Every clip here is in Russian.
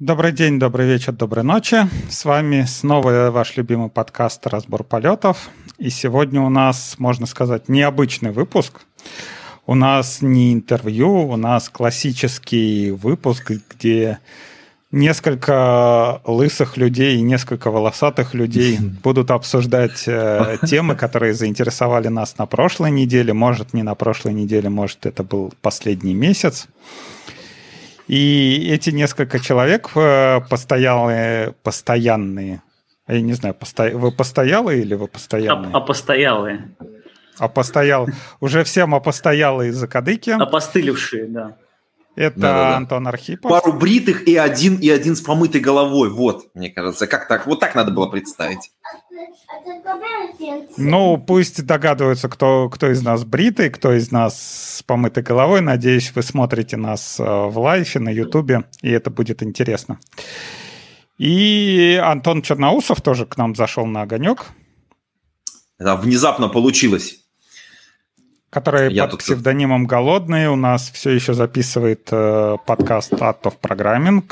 Добрый день, добрый вечер, доброй ночи. С вами снова ваш любимый подкаст «Разбор полетов». И сегодня у нас, можно сказать, необычный выпуск. У нас не интервью, у нас классический выпуск, где несколько лысых людей и несколько волосатых людей будут обсуждать темы, которые заинтересовали нас на прошлой неделе. Может, не на прошлой неделе, может, это был последний месяц. И эти несколько человек постоянные, я не знаю, вы постоялые или вы постоянные? Постоялые. Постоялые. Уже всем постоялые закадыки. Опостылевшие, да. Это Антон Архипов. Пару бритых и один с помытой головой. Вот, мне кажется, как так? Вот так надо было представить. Ну, пусть догадываются, кто из нас бритый, кто из нас с помытой головой. Надеюсь, вы смотрите нас в лайфе на Ютубе, и это будет интересно. И Антон Черноусов тоже к нам зашел на огонек. Это внезапно получилось. Который под псевдонимом «Голодный» у нас все еще записывает подкаст «Art of Programming».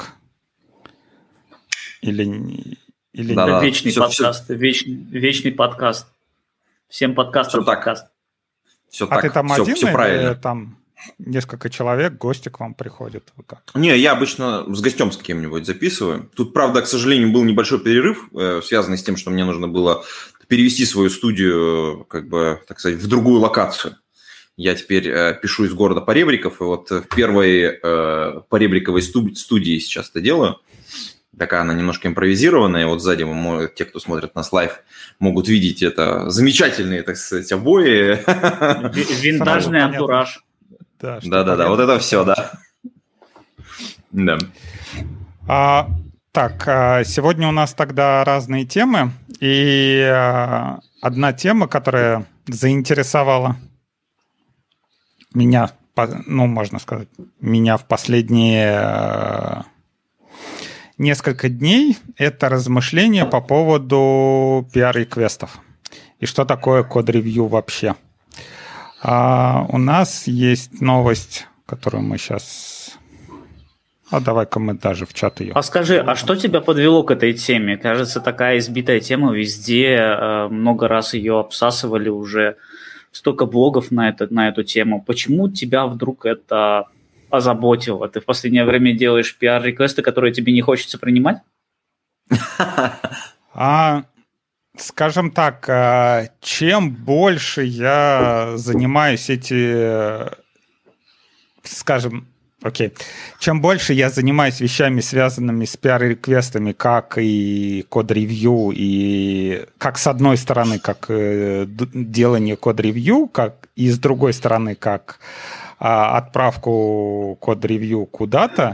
Или да, вечный подкаст. Все. Вечный подкаст. Всем подкастам подкаст. Все так. Ты там все, один все правильно. Там несколько человек, гости к вам приходят? Как? Не, я обычно с гостем с кем-нибудь записываю. Тут, правда, к сожалению, был небольшой перерыв, связанный с тем, что мне нужно было перевести свою студию, как бы, так сказать, в другую локацию. Я теперь пишу из города Поребриков, и вот в первой поребриковой студии сейчас это делаю. Такая она немножко импровизированная. Вот сзади те, кто смотрит нас лайв, могут видеть это замечательные, так сказать, обои. Винтажный антураж. Да, вот это все, да. Так, сегодня у нас тогда разные темы. И одна тема, которая заинтересовала меня, ну, можно сказать, меня в последние несколько дней, это размышления по поводу PR-реквестов. И что такое код-ревью вообще. У нас есть новость, которую мы сейчас... давай-ка мы даже в чат ее... Скажи, что тебя подвело к этой теме? Кажется, такая избитая тема везде, много раз ее обсасывали уже, столько блогов на эту тему. Почему тебя вдруг это озаботило? Ты в последнее время делаешь PR-реквесты, которые тебе не хочется принимать? Скажем так, чем больше я занимаюсь чем больше я занимаюсь вещами, связанными с PR-реквестами, как и код-ревью, и как с одной стороны, как делание код-ревью, как и с другой стороны, как отправку код-ревью куда-то,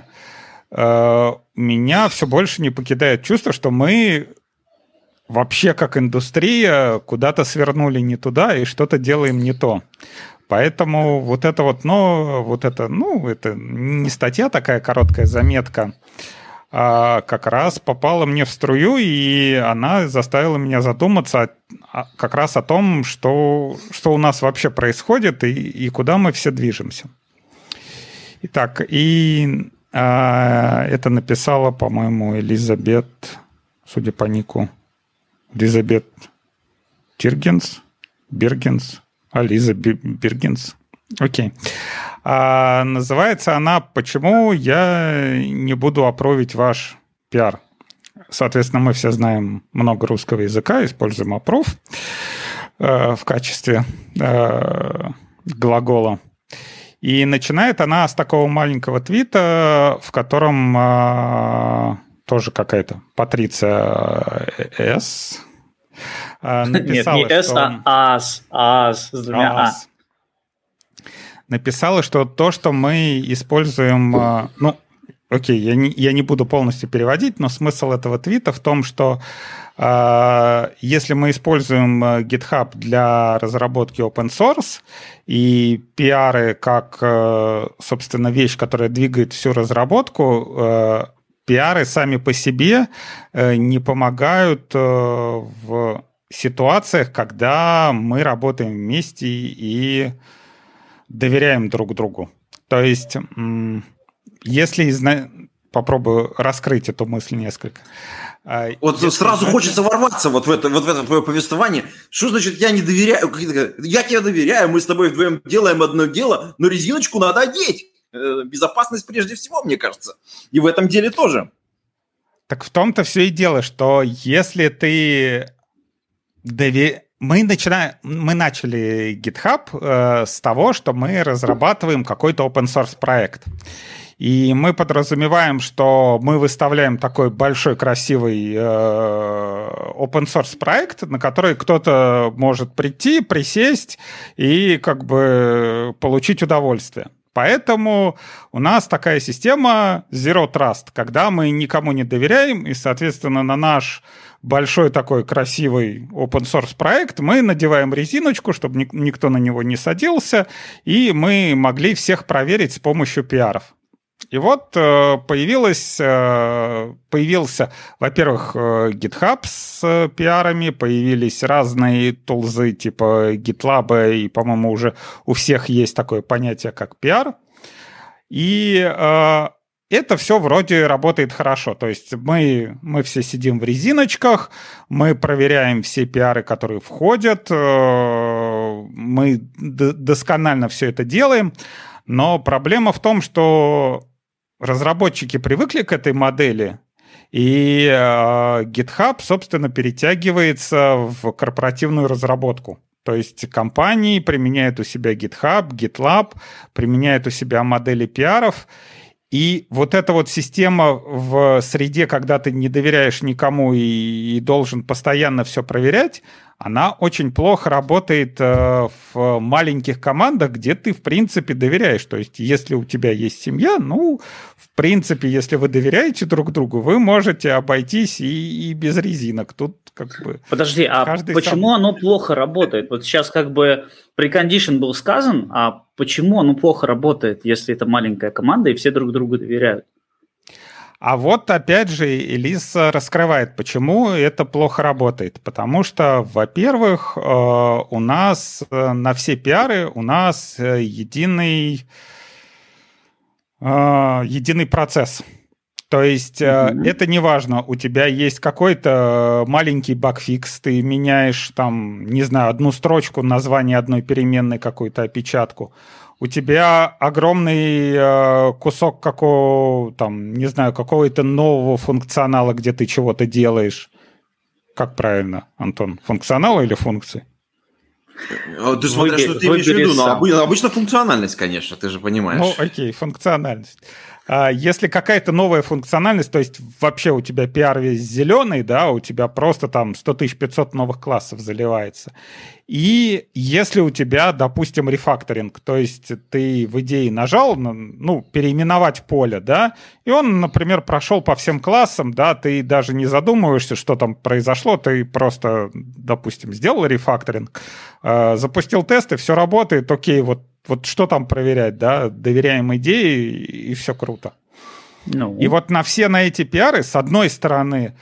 меня все больше не покидает чувство, что мы вообще как индустрия куда-то свернули не туда и что-то делаем не то. Поэтому это не статья, такая короткая заметка, а как раз попала мне в струю, и она заставила меня задуматься как раз о том, что у нас вообще происходит и куда мы все движемся. Итак, это написала, по-моему, Элизабет, судя по нику, Элизабет Биргенс. Лиза Биргенс. Окей. Называется она «Почему я не буду аппровить ваш пиар?». Соответственно, мы все знаем много русского языка, используем approve в качестве глагола. И начинает она с такого маленького твита, в котором тоже какая-то Патриция С. Написала, нет, не S, а АС с двумя А. Написала, что то, что мы используем... я не буду полностью переводить, но смысл этого твита в том, что если мы используем GitHub для разработки open source и PR как, собственно, вещь, которая двигает всю разработку, PR сами по себе не помогают в ситуациях, когда мы работаем вместе и доверяем друг другу. То есть, если попробую раскрыть эту мысль несколько. Вот сразу хочется ворваться вот в это твое повествование. Что значит я не доверяю? Я тебе доверяю, мы с тобой вдвоем делаем одно дело, но резиночку надо одеть. Безопасность прежде всего, мне кажется. И в этом деле тоже. Так в том-то все и дело, что если ты Мы начали GitHub с того, что мы разрабатываем какой-то open-source проект. И мы подразумеваем, что мы выставляем такой большой, красивый open-source проект, на который кто-то может прийти, присесть и как бы получить удовольствие. Поэтому у нас такая система Zero Trust, когда мы никому не доверяем, и, соответственно, на наш большой такой красивый open-source проект мы надеваем резиночку, чтобы никто на него не садился, и мы могли всех проверить с помощью пиаров. И вот появился, во-первых, GitHub с пиарами, появились разные тулзы типа GitLab, и, по-моему, уже у всех есть такое понятие, как пиар. И это все вроде работает хорошо. То есть мы все сидим в резиночках, мы проверяем все пиары, которые входят, мы досконально все это делаем. Но проблема в том, что разработчики привыкли к этой модели, и GitHub, собственно, перетягивается в корпоративную разработку. То есть компании применяют у себя GitHub, GitLab, применяют у себя модели пиаров. И вот эта вот система в среде, когда ты не доверяешь никому и должен постоянно все проверять, она очень плохо работает в маленьких командах, где ты, в принципе, доверяешь. То есть, если у тебя есть семья, ну, в принципе, если вы доверяете друг другу, вы можете обойтись и без резинок. Тут как бы... Подожди, а почему оно плохо работает? Вот сейчас как бы прекондишн был сказан, а почему оно плохо работает, если это маленькая команда и все друг другу доверяют? А вот опять же Элиса раскрывает, почему это плохо работает. Потому что, во-первых, у нас на все пиары у нас единый процесс. То есть это не важно, у тебя есть какой-то маленький багфикс, ты меняешь там, не знаю, одну строчку, название одной переменной, какую-то опечатку. У тебя огромный кусок какого-то нового функционала, где ты чего-то делаешь. Как правильно, Антон? Функционал или функции? Ты смотришь, что ты имеешь в виду. Но обычно функциональность, конечно, ты же понимаешь. Ну, окей, функциональность. Если какая-то новая функциональность, то есть вообще у тебя пиар весь зеленый, да, у тебя просто там 100 500 новых классов заливается. И если у тебя, допустим, рефакторинг, то есть ты в идее нажал, переименовать поле, да, и он, например, прошел по всем классам, да, ты даже не задумываешься, что там произошло, ты просто, допустим, сделал рефакторинг, запустил тесты, все работает, окей, вот что там проверять, да, доверяем идее, и все круто. И вот на эти пиары, с одной стороны,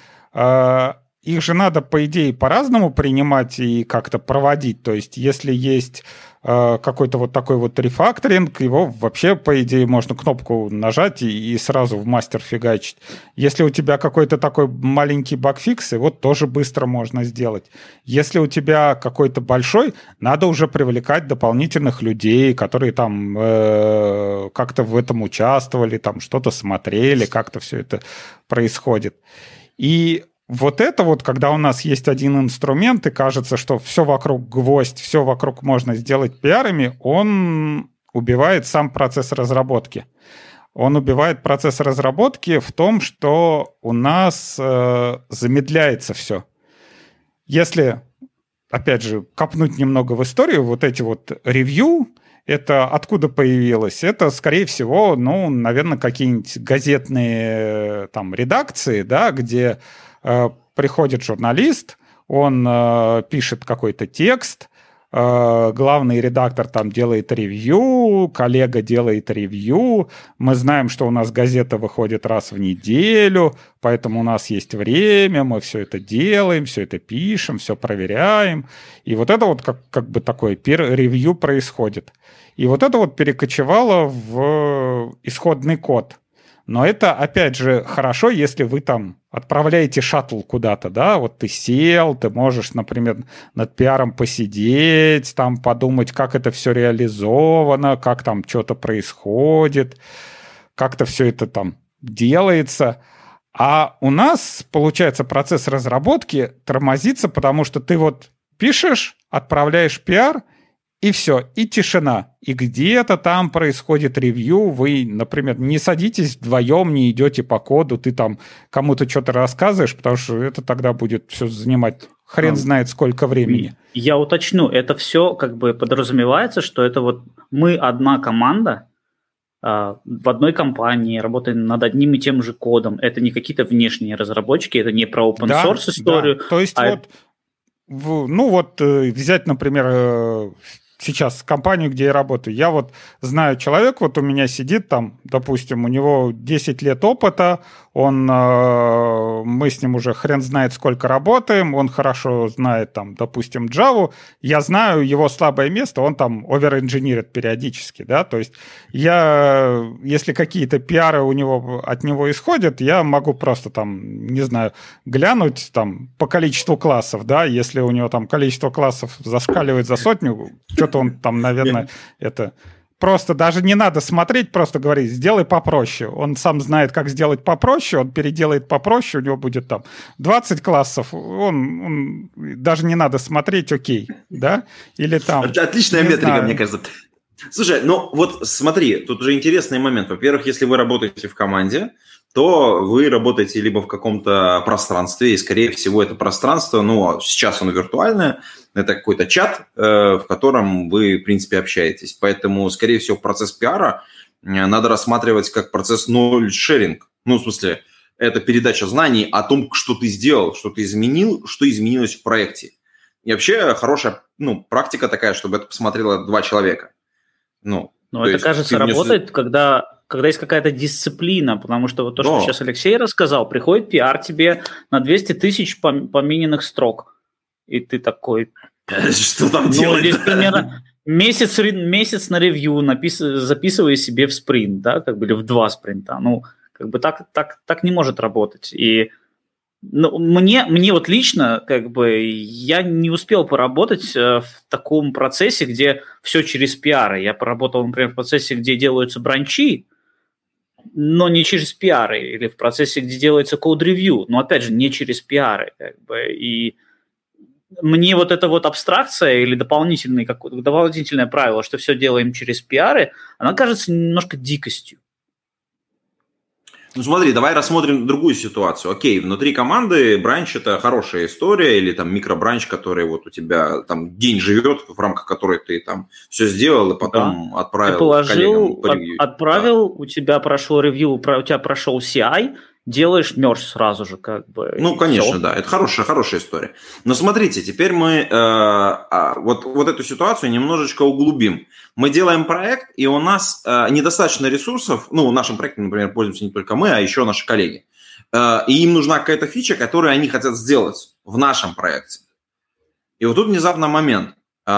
их же надо, по идее, по-разному принимать и как-то проводить. То есть, если есть какой-то вот такой вот рефакторинг, его вообще, по идее, можно кнопку нажать и сразу в мастер фигачить. Если у тебя какой-то такой маленький багфикс, его тоже быстро можно сделать. Если у тебя какой-то большой, надо уже привлекать дополнительных людей, которые там как-то в этом участвовали, там что-то смотрели, как-то все это происходит. И вот это вот, когда у нас есть один инструмент, и кажется, что все вокруг гвоздь, все вокруг можно сделать пиарами, он убивает сам процесс разработки. Он убивает процесс разработки в том, что у нас замедляется все. Если, опять же, копнуть немного в историю, вот эти вот ревью, это откуда появилось? Это, скорее всего, наверное, какие-нибудь газетные там редакции, да, где приходит журналист, он пишет какой-то текст, главный редактор там делает ревью, коллега делает ревью, мы знаем, что у нас газета выходит раз в неделю, поэтому у нас есть время, мы все это делаем, все это пишем, все проверяем. И вот это вот как бы такое ревью происходит. И вот это вот перекочевало в исходный код. Но это, опять же, хорошо, если вы там отправляете шаттл куда-то, да, вот ты сел, ты можешь, например, над пиаром посидеть, там подумать, как это все реализовано, как там что-то происходит, как-то все это там делается. А у нас, получается, процесс разработки тормозится, потому что ты вот пишешь, отправляешь пиар, и все, и тишина. И где-то там происходит ревью, вы, например, не садитесь вдвоем, не идете по коду, ты там кому-то что-то рассказываешь, потому что это тогда будет все занимать хрен знает сколько времени. Я уточню, это все как бы подразумевается, что это вот мы одна команда, в одной компании, работаем над одним и тем же кодом. Это не какие-то внешние разработчики, это не про open source историю. Да. То есть взять, например, сейчас компанию, где я работаю. Я вот знаю человека, вот у меня сидит там, допустим, у него 10 лет опыта, мы с ним уже хрен знает сколько работаем, он хорошо знает там, допустим, Java, я знаю его слабое место, он там оверинжинирит периодически, да, то есть если какие-то пиары от него исходят, я могу просто там, не знаю, глянуть там по количеству классов, да, если у него там количество классов зашкаливает за 100, что-то он там, наверное, это... Просто даже не надо смотреть, просто говорить, сделай попроще. Он сам знает, как сделать попроще, он переделает попроще, у него будет там 20 классов, он даже не надо смотреть, окей, да? Или там... Это отличная метрика, мне кажется. Слушай, ну вот смотри, тут уже интересный момент. Во-первых, если вы работаете в команде, то вы работаете либо в каком-то пространстве, и, скорее всего, это пространство, сейчас оно виртуальное, это какой-то чат, в котором вы, в принципе, общаетесь. Поэтому, скорее всего, процесс пиара надо рассматривать как процесс knowledge sharing. В смысле, это передача знаний о том, что ты сделал, что ты изменил, что изменилось в проекте. И вообще хорошая практика такая, чтобы это посмотрело 2 человека. Это, кажется, работает, когда есть какая-то дисциплина, потому что вот то, что сейчас Алексей рассказал, приходит пиар тебе на 200 тысяч помененных строк, и ты такой... Что там делать? Здесь примерно месяц на ревью записывай себе в спринт, да, или в 2 спринта. Так не может работать. И мне вот лично, я не успел поработать в таком процессе, где все через пиары. Я поработал, например, в процессе, где делаются бранчи, но не через пиары, или в процессе, где делается код-ревью, но, опять же, не через пиары. И мне вот эта вот абстракция или дополнительное правило, что все делаем через пиары, она кажется немножко дикостью. Смотри, давай рассмотрим другую ситуацию. Окей, внутри команды бранч – это хорошая история, или там микробранч, который вот у тебя там день живет, в рамках которой ты там все сделал и потом отправил коллегам по ревью. Отправил, у тебя прошло ревью, у тебя прошел CI, делаешь мерж сразу же, конечно, все. Да, это хорошая история. Но смотрите, теперь мы вот эту ситуацию немножечко углубим. Мы делаем проект, и у нас недостаточно ресурсов, нашим проектом, например, пользуемся не только мы, а еще наши коллеги. И им нужна какая-то фича, которую они хотят сделать в нашем проекте. И вот тут внезапно момент.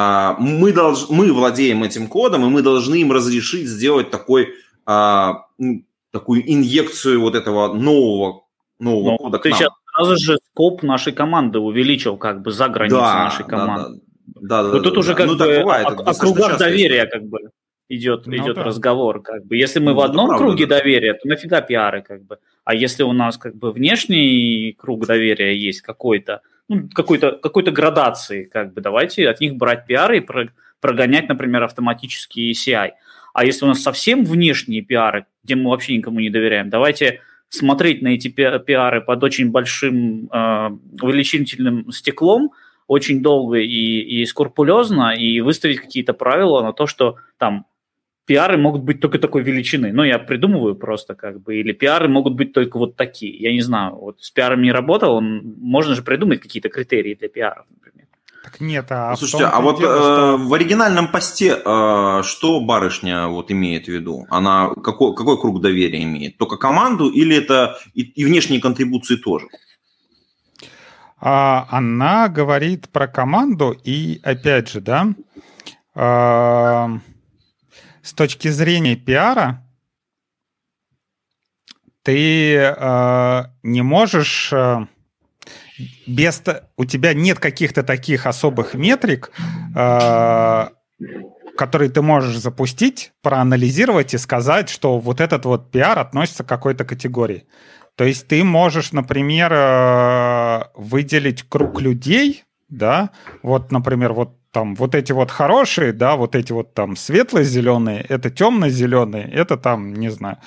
Мы владеем этим кодом, и мы должны им разрешить сделать такую инъекцию вот этого нового кода к нам. Ты сейчас сразу же скоп нашей команды увеличил за границы нашей команды. Да. Тут уже о кругах доверия идет разговор. Если мы в одном круге доверия, то нафига пиары А если у нас внешний круг доверия есть какой-то градации, давайте от них брать пиары и прогонять, например, автоматический CI. А если у нас совсем внешние пиары, где мы вообще никому не доверяем, давайте смотреть на эти пиары под очень большим увеличительным стеклом, очень долго и скрупулезно, и выставить какие-то правила на то, что там пиары могут быть только такой величины. Я придумываю просто или пиары могут быть только вот такие. Я не знаю, вот с пиаром не работал, можно же придумать какие-то критерии для пиаров, например. Так нет, слушайте, вот что... в оригинальном посте что барышня имеет в виду? Она какой круг доверия имеет? Только команду или это и внешние контрибуции тоже? Она говорит про команду, и опять же, да, с точки зрения пиара, ты не можешь... у тебя нет каких-то таких особых метрик, которые ты можешь запустить, проанализировать и сказать, что вот этот вот пиар относится к какой-то категории. То есть ты можешь, например, выделить круг людей, да, вот, например, вот там вот эти вот хорошие, да, вот эти вот там светло-зеленые, это темно-зеленые, это там, не знаю...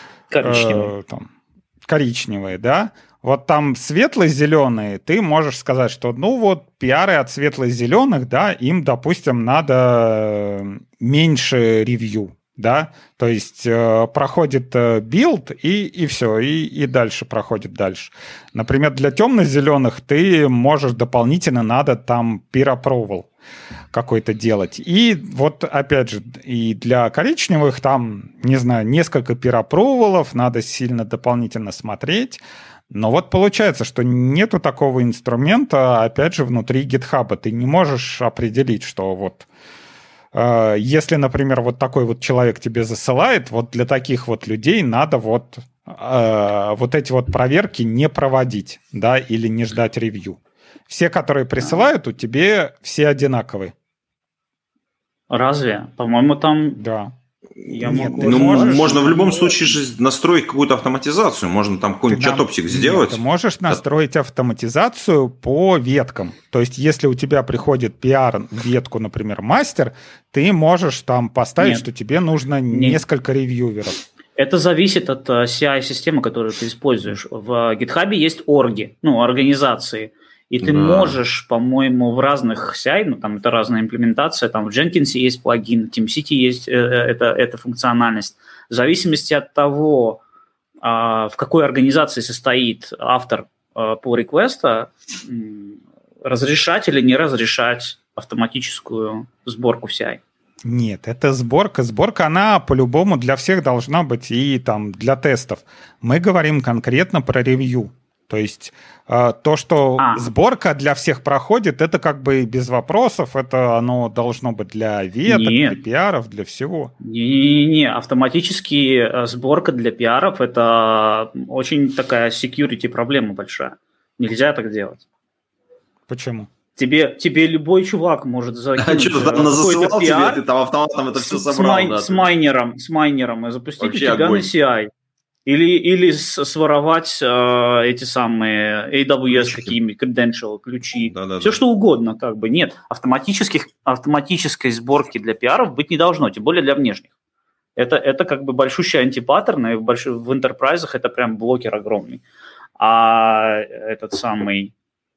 коричневые, да. Вот там светло-зеленые, ты можешь сказать, что, ну вот, пиары от светло-зеленых, да, им, допустим, надо меньше ревью, да, то есть проходит билд и все, и дальше проходит дальше. Например, для темно-зеленых ты можешь дополнительно надо там peer approval какой-то делать. И вот, опять же, и для коричневых там, не знаю, несколько peer approval'ов, надо сильно дополнительно смотреть. Но вот получается, что нету такого инструмента, опять же, внутри GitHub. Ты не можешь определить, что вот если, например, вот такой вот человек тебе засылает, вот для таких вот людей надо вот эти вот проверки не проводить, да, или не ждать ревью. Все, которые присылают, у тебя все одинаковые. Разве? По-моему, там... Да. Можно в любом случае же настроить какую-то автоматизацию. Можно там какой-нибудь чат-оптик сделать. Ты можешь настроить автоматизацию по веткам. То есть, если у тебя приходит PR в ветку, например, мастер, ты можешь там поставить, что тебе нужно несколько ревьюверов. Это зависит от CI-системы, которую ты используешь. В GitHub есть орги, организации. И ты можешь, по-моему, в разных CI, там это разная имплементация, там в Jenkins есть плагин, в TeamCity есть эта функциональность. В зависимости от того, в какой организации состоит автор pull реквеста, разрешать или не разрешать автоматическую сборку в CI. Нет, это сборка. Сборка, она по-любому для всех должна быть и там для тестов. Мы говорим конкретно про ревью. То есть то, что сборка для всех проходит, это как бы без вопросов, это оно должно быть для веток, для пиаров, для всего. Не, автоматически сборка для пиаров – это очень такая security проблема большая. Нельзя так делать. Почему? Тебе любой чувак может закинуть что-то там засылал тебе, ты там автоматом это все собрал. С майнером и запустить у тебя на CI. Или своровать эти самые AWS какие-нибудь, credential, ключи, все что угодно, как бы. Нет, автоматической сборки для пиаров быть не должно, тем более для внешних. Это как бы большущий антипаттерн, и в энтерпрайзах это прям блокер огромный. А этот самый...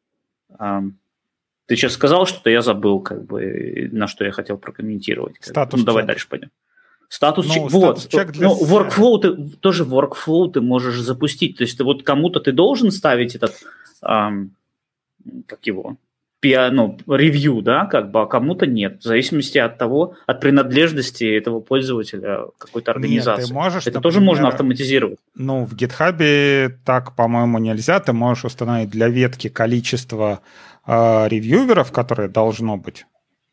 ты сейчас сказал что-то, я забыл, как бы, на что я хотел прокомментировать. Давай дальше пойдем. Статус-чек, workflow workflow ты можешь запустить. То есть ты вот кому-то ты должен ставить этот, ревью, да, как бы, а кому-то нет. В зависимости от того, от принадлежности этого пользователя какой-то организации. Нет, ты можешь, это тоже можно автоматизировать. Ну, в GitHub так, по-моему, нельзя. Ты можешь установить для ветки количество ревьюверов, которые должно быть.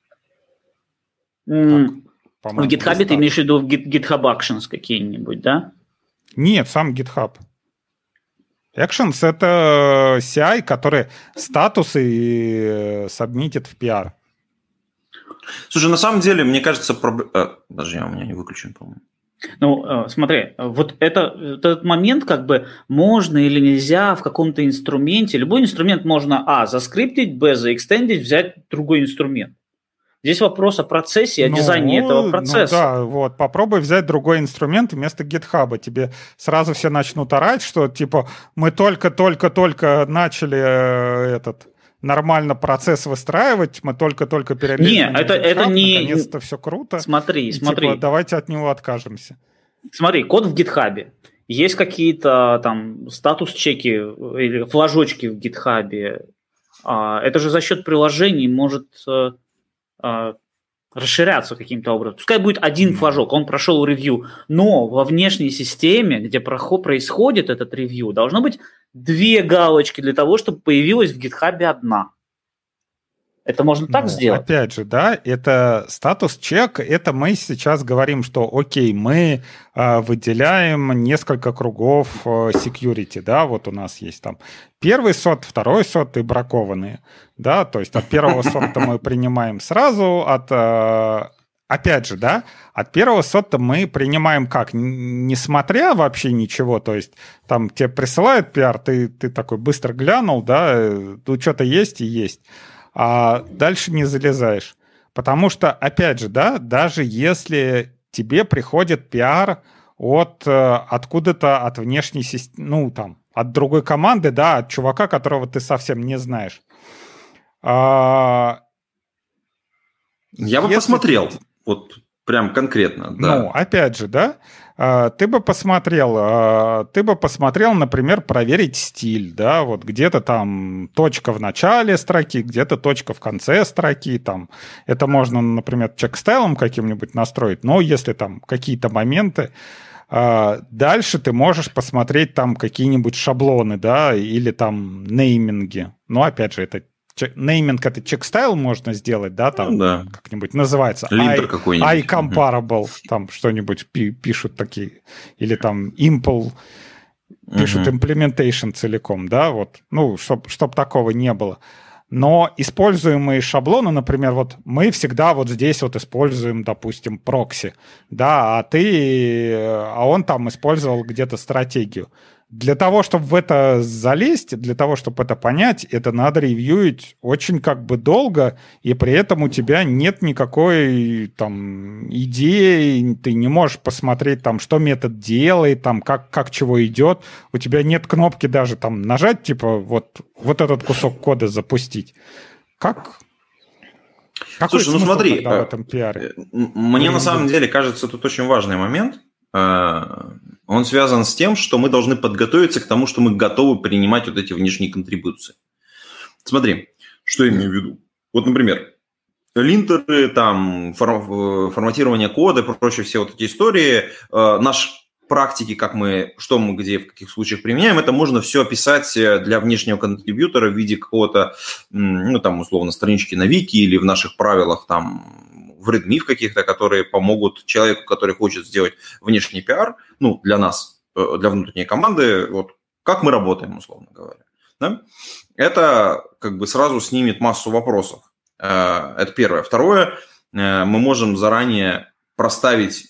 В GitHub ты имеешь в виду GitHub Actions какие-нибудь, да? Нет, сам GitHub. Actions — это CI, который статусы сабмитит в PR. Слушай, на самом деле, мне кажется... Подожди, у меня не выключен, по-моему. Ну, смотри, вот этот момент, как бы, можно или нельзя в каком-то инструменте. Любой инструмент можно, заскриптить, заэкстендить, взять другой инструмент. Здесь вопрос о процессе, о дизайне этого процесса. Да, вот, попробуй взять другой инструмент вместо GitHub. Тебе сразу все начнут орать, что, типа, мы только начали нормально процесс выстраивать, мы только перелезли. Нет, это не... Наконец-то все круто. Смотри. Типа, давайте от него откажемся. Смотри, код в GitHub. Есть какие-то там статус-чеки или флажочки в GitHub. Это же за счет приложений может... расширяться каким-то образом. Пускай будет один флажок, он прошел ревью, но во внешней системе, где происходит этот ревью, должно быть 2 галочки для того, чтобы появилась в GitHub 1. Это можно так сделать? Опять же, да, это статус-чек, это мы сейчас говорим, что окей, мы выделяем несколько кругов security, да, вот у нас есть там первый сорт, второй сорт и бракованные, да, то есть от первого сорта мы принимаем сразу, опять же, да, от первого сорта мы принимаем как? Не смотря вообще ничего, то есть там тебе присылают PR, ты такой быстро глянул, да, тут что-то есть и есть, а дальше не залезаешь. Потому что, опять же, да, даже если тебе приходит PR откуда-то, от внешней системы, ну, там, от другой команды, да, от чувака, которого ты совсем не знаешь. Я бы посмотрел. Вот прям конкретно, да. Ну, опять же, да, ты бы посмотрел, например, проверить стиль, да, вот где-то там точка в начале строки, где-то точка в конце строки, там, это можно, например, чек-стайлом каким-нибудь настроить, но если там какие-то моменты, дальше ты можешь посмотреть там какие-нибудь шаблоны, да, или там нейминги, но, опять же, это нейминг, это чек-стайл можно сделать, да, там да. Как-нибудь называется. Линтер какой-нибудь. iComparable, там что-нибудь пишут такие. Или там Impl пишут implementation целиком, да, вот. Ну, чтоб такого не было. Но используемые шаблоны, например, вот мы всегда вот здесь вот используем, допустим, прокси, да, а он там использовал где-то стратегию. Для того, чтобы в это залезть, для того, чтобы это понять, это надо ревьюить очень как бы долго, и при этом у тебя нет никакой там идеи, ты не можешь посмотреть там, что метод делает, там, как чего идет, у тебя нет кнопки даже там нажать, типа вот этот кусок кода запустить. Какой Слушай, ну смотри, в этом пиаре? Мне на самом деле кажется, тут очень важный момент. Он связан с тем, что мы должны подготовиться к тому, что мы готовы принимать вот эти внешние контрибуции. Смотри, что я имею в виду. Вот, например, линтеры, там, форматирование кода и прочие все вот эти истории, наши практики, что мы где, в каких случаях применяем, это можно все описать для внешнего контрибьютора в виде какого-то, ну, там, условно, странички на вики или в наших правилах, там, в README каких-то, которые помогут человеку, который хочет сделать внешний пиар, ну, для нас, для внутренней команды, вот как мы работаем, условно говоря. Да? Это как бы сразу снимет массу вопросов. Это первое. Второе, мы можем заранее проставить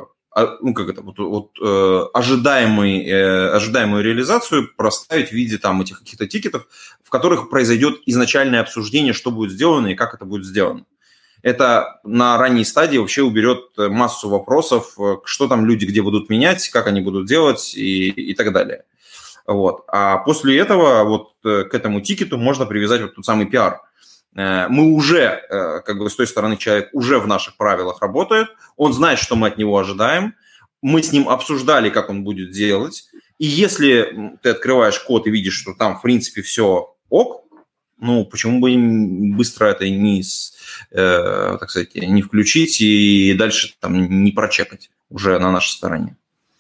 ожидаемую реализацию, проставить в виде там этих каких-то тикетов, в которых произойдет изначальное обсуждение, что будет сделано и как это будет сделано. Это на ранней стадии вообще уберет массу вопросов, что там люди где будут менять, как они будут делать и так далее. Вот. А после этого вот к этому тикету можно привязать вот тот самый пиар. Мы уже, как бы с той стороны человек уже в наших правилах работает, он знает, что мы от него ожидаем, мы с ним обсуждали, как он будет делать, и если ты открываешь код и видишь, что там в принципе все ок, ну, почему бы им быстро это так сказать, не включить и дальше там не прочекать уже на нашей стороне.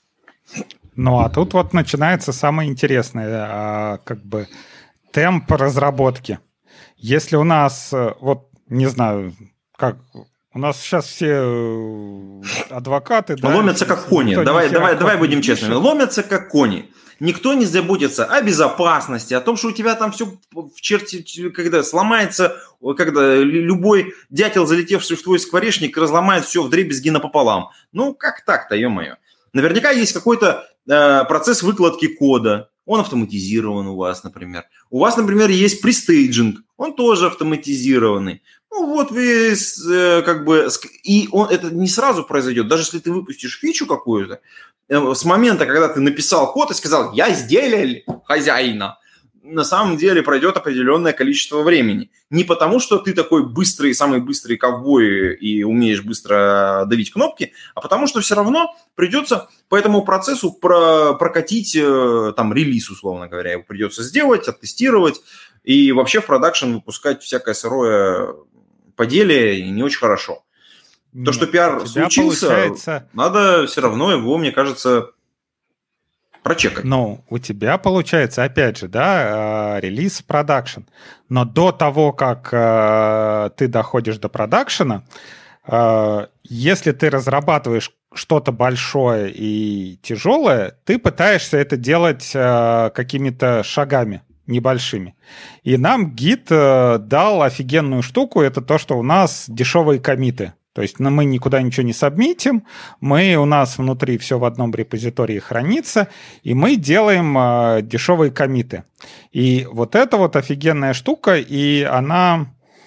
Ну, а тут вот начинается самое интересное, как бы темп разработки. Если у нас, вот, не знаю, как, у нас сейчас все адвокаты... Ломятся как кони, давай будем честными, ломятся как кони. Никто не заботится о безопасности, о том, что у тебя там все в черте, когда сломается, когда любой дятел, залетевший в твой скворечник, разломает все вдребезги напополам. Ну, как так-то, ё-моё. Наверняка есть какой-то процесс выкладки кода, он автоматизирован у вас, например. У вас, например, есть престейджинг, он тоже автоматизированный. Ну, вот вы как бы... И это не сразу произойдет. Даже если ты выпустишь фичу какую-то, с момента, когда ты написал код и сказал «я сделал хозяина», на самом деле пройдет определенное количество времени. Не потому, что ты такой быстрый, самый быстрый ковбой и умеешь быстро давить кнопки, а потому что все равно придется по этому процессу прокатить там релиз, условно говоря. Его придется сделать, оттестировать и вообще в продакшн выпускать всякое сырое по деле не очень хорошо. То, что пиар случился, надо все равно его, мне кажется, прочекать. Ну, у тебя получается, опять же, да, релиз в продакшн. Но до того, как ты доходишь до продакшена, если ты разрабатываешь что-то большое и тяжелое, ты пытаешься это делать какими-то шагами небольшими. И нам гид дал офигенную штуку, это то, что у нас дешевые коммиты. То есть мы никуда ничего не сабмитим, у нас внутри все в одном репозитории хранится, и мы делаем дешевые коммиты. И вот это вот офигенная штука, и она...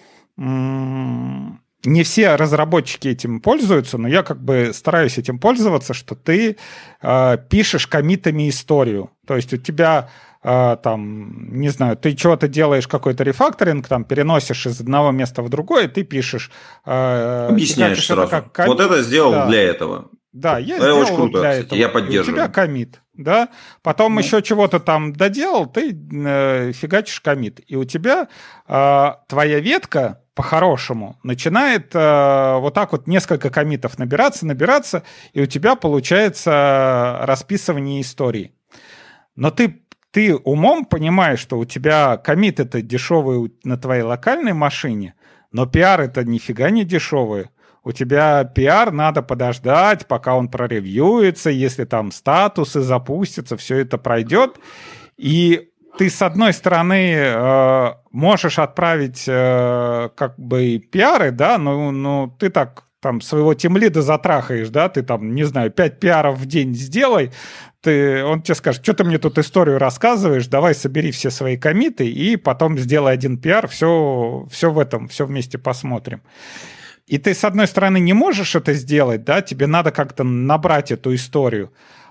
Не все разработчики этим пользуются, но я как бы стараюсь этим пользоваться, что ты пишешь коммитами историю. То есть у тебя там, не знаю, ты чего-то делаешь, какой-то рефакторинг, там, переносишь из одного места в другое, ты пишешь... Объясняешь сразу. Как вот это сделал для этого. Да, я сделал очень круто, для кстати, этого. я поддерживаю. И у тебя коммит, да? Потом еще чего-то там доделал, ты фигачишь коммит. И у тебя твоя ветка по-хорошему начинает вот так вот несколько коммитов набираться, и у тебя получается расписывание истории. Но ты умом понимаешь, что у тебя коммит это дешевый на твоей локальной машине, но пиар это нифига не дешевый. У тебя пиар надо подождать, пока он проревьюется, если там статусы запустятся, все это пройдет. И ты, с одной стороны, можешь отправить как бы пиары, да, но ты так там своего тимлида затрахаешь, да, ты там, не знаю, 5 пиаров в день сделай, он тебе скажет, что ты мне тут историю рассказываешь, давай собери все свои коммиты и потом сделай один пиар, все вместе посмотрим. И ты, с одной стороны, не можешь это сделать, да, тебе надо как-то набрать эту историю,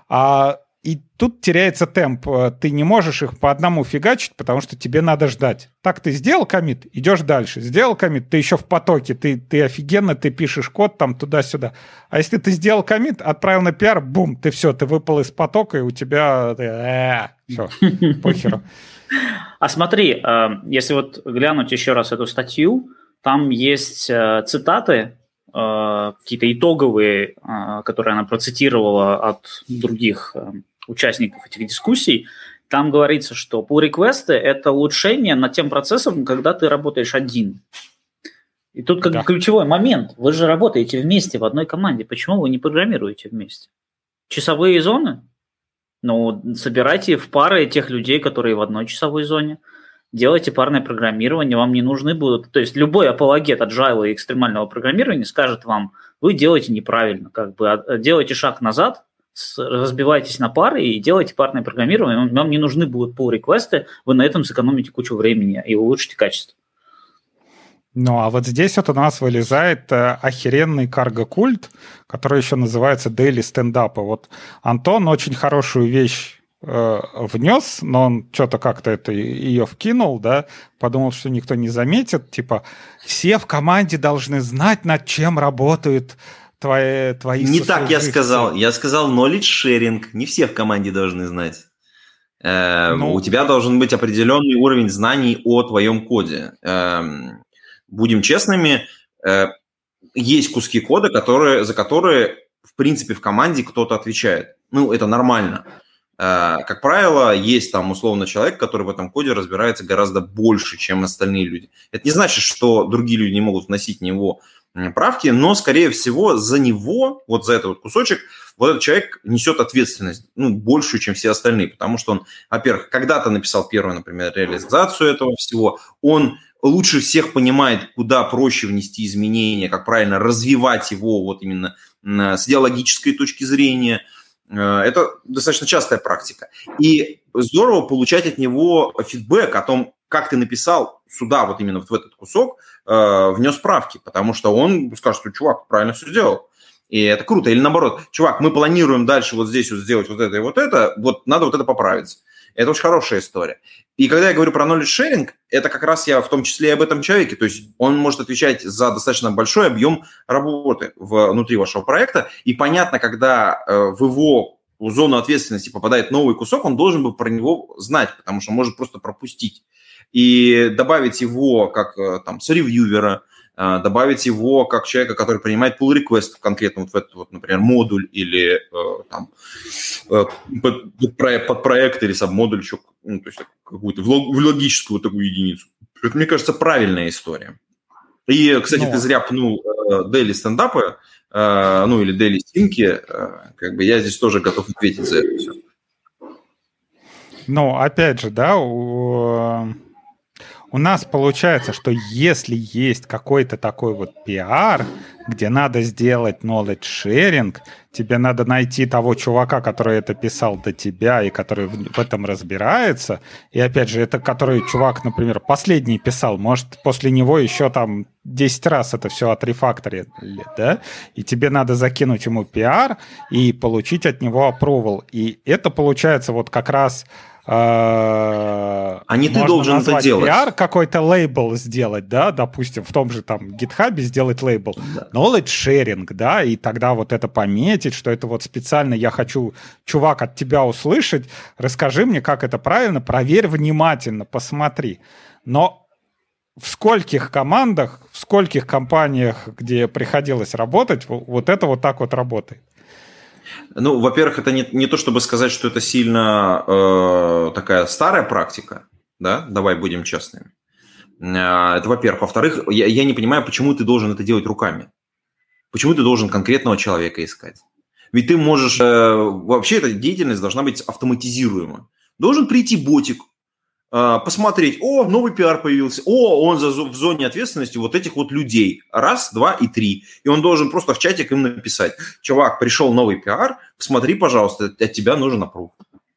и тут теряется темп. Ты не можешь их по одному фигачить, потому что тебе надо ждать. Так ты сделал коммит, идешь дальше. Сделал коммит, ты еще в потоке, ты офигенно, ты пишешь код там туда-сюда. А если ты сделал коммит, отправил на пиар, бум, ты выпал из потока, и у тебя все, похеру. А смотри, если вот глянуть еще раз эту статью, там есть цитаты, какие-то итоговые, которые она процитировала от других участников этих дискуссий. Там говорится, что pull-реквесты – это улучшение над тем процессом, когда ты работаешь один. И тут как бы ключевой момент. Вы же работаете вместе в одной команде. Почему вы не программируете вместе? Часовые зоны? Ну, собирайте в пары тех людей, которые в одной часовой зоне. Делайте парное программирование, вам не нужны будут. То есть любой апологет agile и экстремального программирования скажет вам, вы делаете неправильно, как бы делайте шаг назад, разбивайтесь на пары и делайте парное программирование, вам не нужны будут pull-реквесты, вы на этом сэкономите кучу времени и улучшите качество. Ну, а вот здесь вот у нас вылезает охеренный карго-культ, который еще называется Daily Stand-Up. И вот Антон очень хорошую вещь внес, но он что-то как-то ее вкинул, да, подумал, что никто не заметит, типа, все в команде должны знать, над чем работают твои Не так я сказал knowledge sharing, не все в команде должны знать. У тебя должен быть определенный уровень знаний о твоем коде. Будем честными, есть куски кода, за которые, в принципе, в команде кто-то отвечает. Ну, это нормально. Как правило, есть там условно человек, который в этом коде разбирается гораздо больше, чем остальные люди. Это не значит, что другие люди не могут вносить в него правки, но, скорее всего, за него, вот за этот вот кусочек, вот этот человек несет ответственность, большую, чем все остальные, потому что он, во-первых, когда-то написал первую, например, реализацию этого всего, он лучше всех понимает, куда проще внести изменения, как правильно развивать его вот именно с идеологической точки зрения. Это достаточно частая практика. И здорово получать от него фидбэк о том, как ты написал сюда, вот именно в этот кусок, внес правки, потому что он скажет, что чувак правильно все сделал. И это круто. Или наоборот, чувак, мы планируем дальше вот здесь вот сделать вот это, вот надо вот это поправить. Это очень хорошая история. И когда я говорю про knowledge sharing, это как раз я в том числе и об этом человеке. То есть он может отвечать за достаточно большой объем работы внутри вашего проекта. И понятно, когда в его зону ответственности попадает новый кусок, он должен был про него знать, потому что он может просто пропустить. И добавить его как там с ревьювера, добавить его как человека, который принимает pull request конкретно вот в этот, вот, например, модуль или там под проект или сабмодуль, еще, ну, то есть какую-то в логическую такую единицу. Это, мне кажется, правильная история. И, кстати, ты зря пнул daily стендапы, ну, или daily синки, как бы я здесь тоже готов ответить за это все. Ну, опять же, да, у нас получается, что если есть какой-то такой вот пиар, где надо сделать knowledge sharing, тебе надо найти того чувака, который это писал до тебя и который в этом разбирается. И опять же, это который чувак, например, последний писал, может, после него еще там 10 раз это все отрефакторит, да? И тебе надо закинуть ему пиар и получить от него approval. И это получается вот как раз... А не ты должен это делать. PR, какой-то лейбл сделать, да, допустим, в том же там GitHub сделать лейбл, да. Knowledge sharing, да, и тогда вот это пометить, что это вот специально я хочу, чувак, от тебя услышать, расскажи мне, как это правильно, проверь внимательно, посмотри. Но в скольких командах, в скольких компаниях, где приходилось работать, вот это вот так вот работает? Ну, во-первых, это не то, чтобы сказать, что это сильно такая старая практика, да, давай будем честными. Это, во-первых. Во-вторых, я не понимаю, почему ты должен это делать руками. Почему ты должен конкретного человека искать? Ведь ты можешь... Вообще эта деятельность должна быть автоматизируема. Должен прийти ботик, посмотреть, о, новый пиар появился, о, он в зоне ответственности вот этих вот людей. Раз, два и три. И он должен просто в чатик им написать: чувак, пришел новый пиар, посмотри, пожалуйста, от тебя нужен approve.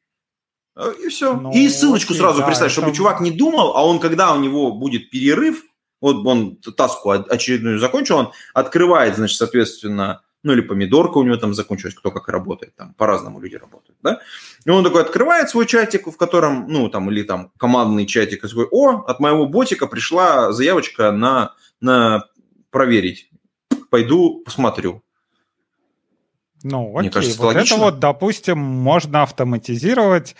И все. Ну, и ссылочку сразу представь, чтобы чувак не думал, а он, когда у него будет перерыв, вот он таску очередную закончил, он открывает, значит, соответственно, ну или помидорка у него там закончилась, кто как работает, там по-разному люди работают, да? И он такой открывает свой чатик, в котором, ну там, или там командный чатик, и такой: о, от моего ботика пришла заявочка на проверить. Пойду посмотрю. Ну, окей, мне кажется, вот это вот, допустим, можно автоматизировать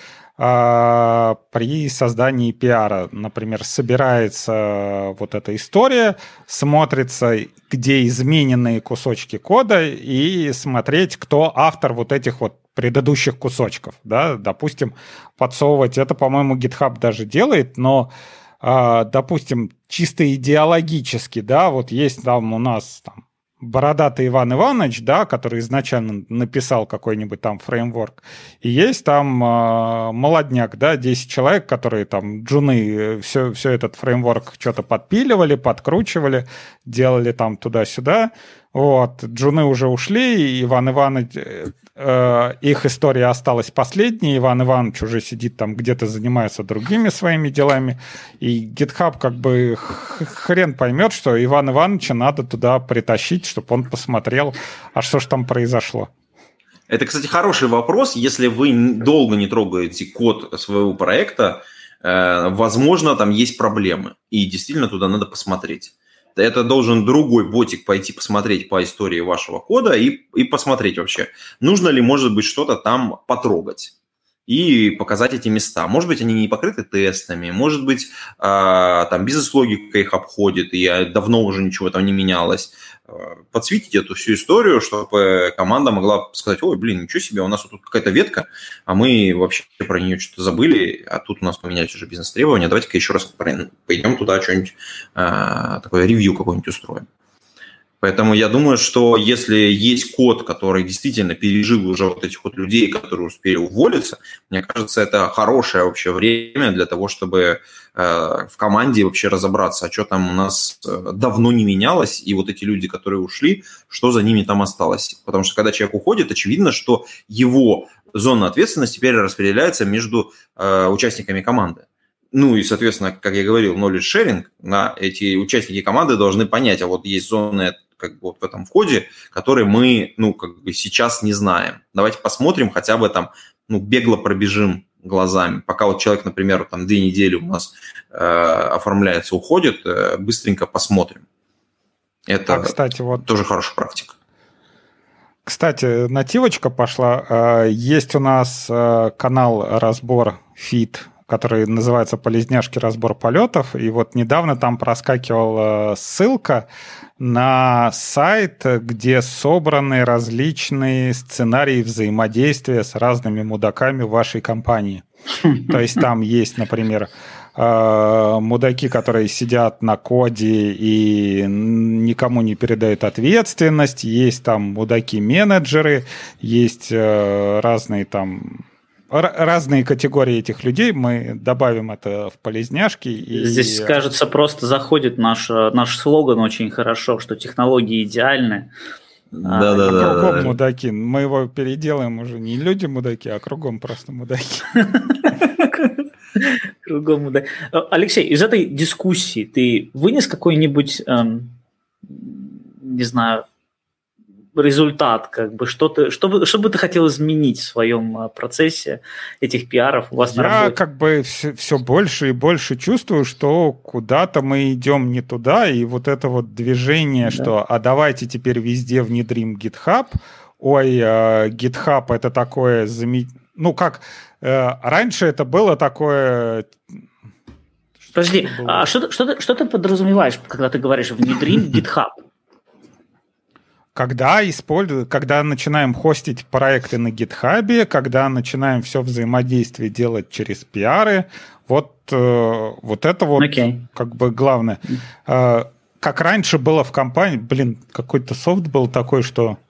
при создании пиара. Например, собирается вот эта история, смотрится, где измененные кусочки кода, и смотреть, кто автор вот этих вот предыдущих кусочков. Да? Допустим, подсовывать, это, по-моему, GitHub даже делает, но, допустим, чисто идеологически, да, вот есть там у нас там бородатый Иван Иванович, да, который изначально написал какой-нибудь там фреймворк, и есть там молодняк, да, 10 человек, которые там джуны все этот фреймворк что-то подпиливали, подкручивали, делали там туда-сюда. Вот, джуны уже ушли, Иван Иванович, их история осталась последней, Иван Иванович уже сидит там где-то, занимается другими своими делами, и GitHub как бы хрен поймет, что Ивана Ивановича надо туда притащить, чтобы он посмотрел, а что ж там произошло. Это, кстати, хороший вопрос. Если вы долго не трогаете код своего проекта, возможно, там есть проблемы, и действительно туда надо посмотреть. Это должен другой ботик пойти посмотреть по истории вашего кода и посмотреть вообще, нужно ли, может быть, что-то там потрогать и показать эти места. Может быть, они не покрыты тестами, может быть, там бизнес-логика их обходит, и давно уже ничего там не менялось. Подсветить эту всю историю, чтобы команда могла сказать: ой, блин, ничего себе, у нас вот тут какая-то ветка, а мы вообще про нее что-то забыли, а тут у нас поменялись уже бизнес-требования, давайте-ка еще раз пойдем туда, что-нибудь, такое ревью какое-нибудь устроим. Поэтому я думаю, что если есть код, который действительно пережил уже вот этих вот людей, которые успели уволиться, мне кажется, это хорошее вообще время для того, чтобы в команде вообще разобраться, а что там у нас давно не менялось, и вот эти люди, которые ушли, что за ними там осталось. Потому что когда человек уходит, очевидно, что его зона ответственности теперь распределяется между участниками команды. Ну и, соответственно, как я говорил, knowledge sharing, да, эти участники команды должны понять, а вот есть зоны как бы вот в этом входе, которые мы, ну, как бы сейчас не знаем. Давайте посмотрим, хотя бы там, ну, бегло пробежим глазами. Пока вот человек, например, там 2 недели у нас оформляется, уходит, быстренько посмотрим. Это, кстати, вот тоже хорошая практика. Кстати, нативочка пошла. Есть у нас канал «Разбор Фит», который называется «Полезняшки. Разбор полетов». И вот недавно там проскакивала ссылка на сайт, где собраны различные сценарии взаимодействия с разными мудаками в вашей компании. То есть там есть, например, мудаки, которые сидят на коде и никому не передают ответственность, есть там мудаки-менеджеры, есть разные категории этих людей, мы добавим это в полезняшки. Здесь, кажется, просто заходит наш слоган очень хорошо, что технологии идеальны. Да. Кругом мудаки. Мы его переделаем уже не люди-мудаки, а кругом просто мудаки. Кругом мудаки. Алексей, из этой дискуссии ты вынес какой-нибудь, не знаю, результат, как бы, что бы ты хотел изменить в своем процессе этих пиаров у вас на работе? Я как бы все больше и больше чувствую, что куда-то мы идем не туда, и вот это вот движение, что давайте теперь везде внедрим GitHub, GitHub это такое раньше это было такое... Подожди, а что ты подразумеваешь, когда ты говоришь «внедрим GitHub»? Когда начинаем хостить проекты на GitHub, когда начинаем все взаимодействие делать через пиары, вот это вот как бы главное. Как раньше было в компании, какой-то софт был такой, что...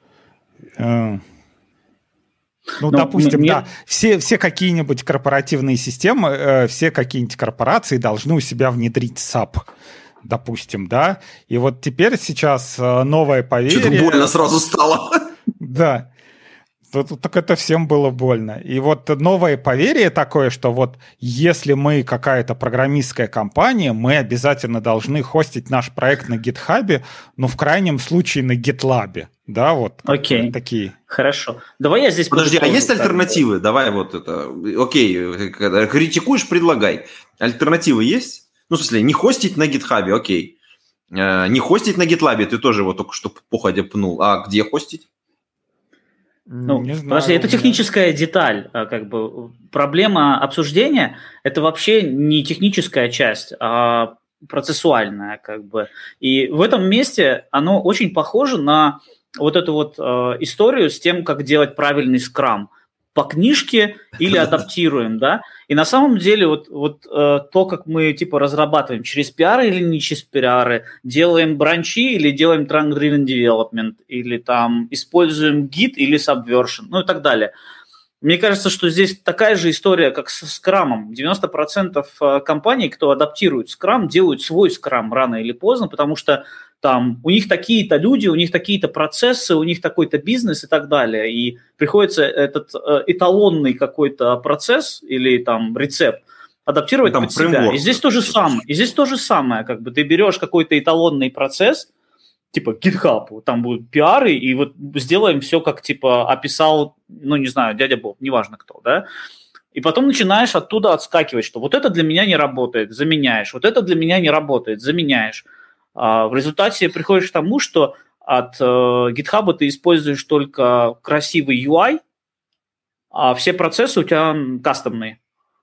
допустим, все какие-нибудь корпоративные системы, все какие-нибудь корпорации должны у себя внедрить SAP. Допустим, да, и вот теперь сейчас новое поверье... Что-то больно сразу стало. Да, так это всем было больно. И вот новое поверье такое, что вот если мы какая-то программистская компания, мы обязательно должны хостить наш проект на GitHub, в крайнем случае на GitLab. Да, вот такие. Хорошо. Давай я здесь... Подожди, а есть альтернативы? Давай вот это... Окей, критикуешь, предлагай. Альтернативы есть? В смысле, не хостить на GitHub, окей. Не хостить на GitLab, ты тоже его только что походя пнул. А где хостить? Не знаю. Подожди, это техническая деталь. Как бы проблема обсуждения – это вообще не техническая часть, а процессуальная. Как бы. И в этом месте оно очень похоже на вот эту вот историю с тем, как делать правильный скрам. По книжке или адаптируем, да? И на самом деле то, как мы типа разрабатываем через пиары или не через пиары, делаем бранчи или делаем trunk-driven development, или там используем Git или Subversion, и так далее. Мне кажется, что здесь такая же история, как с скрамом. 90% компаний, кто адаптирует скрам, делают свой скрам рано или поздно, потому что там у них такие-то люди, у них такие-то процессы, у них такой-то бизнес и так далее. И приходится этот эталонный какой-то процесс или там рецепт адаптировать под себя. И здесь то же самое. Как бы ты берешь какой-то эталонный процесс, типа GitHub, там будут пиары, и вот сделаем все, как типа описал, не знаю, дядя Боб, неважно кто, да. И потом начинаешь оттуда отскакивать, что вот это для меня не работает, заменяешь, вот это для меня не работает, заменяешь. В результате приходишь к тому, что от GitHub ты используешь только красивый UI, а все процессы у тебя кастомные.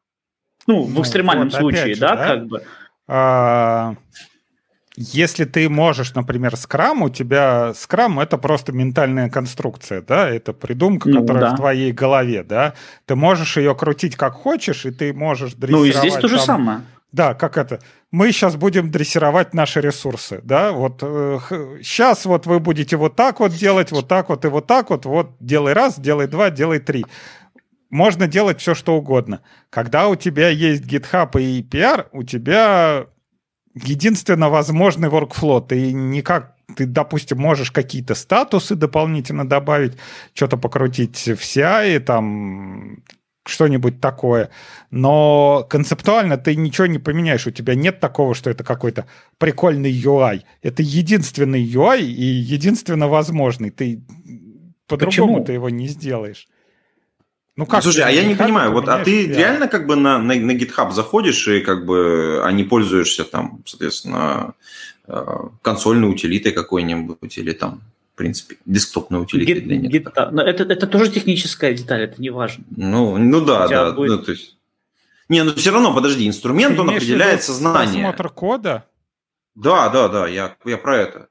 В экстремальном случае, да, как бы. Если ты можешь, например, скрам, у тебя скрам — это просто ментальная конструкция, да, это придумка, которая в твоей голове, да. Ты можешь ее крутить как хочешь, и ты можешь дрессировать. И здесь то же самое. Да, как это? Мы сейчас будем дрессировать наши ресурсы, да, вот сейчас вот вы будете вот так вот делать, вот так вот и вот так вот делай раз, делай два, делай три. Можно делать все, что угодно. Когда у тебя есть GitHub и PR, у тебя единственно возможный workflow. Ты, допустим, можешь какие-то статусы дополнительно добавить, что-то покрутить в CI, там... что-нибудь такое, но концептуально ты ничего не поменяешь, у тебя нет такого, что это какой-то прикольный UI, это единственный UI и единственно возможный, ты по-другому ты его не сделаешь. Слушай, а я не понимаю, ты реально как бы на GitHub заходишь и как бы, а не пользуешься там, соответственно, консольной утилитой какой-нибудь или там, в принципе, десктопной утилитой для некоторых. Но это тоже техническая деталь, это не важно. Да. Будет... то есть... Не, но все равно, подожди, инструмент, он определяет сознание. Просмотр кода? Да, я про это.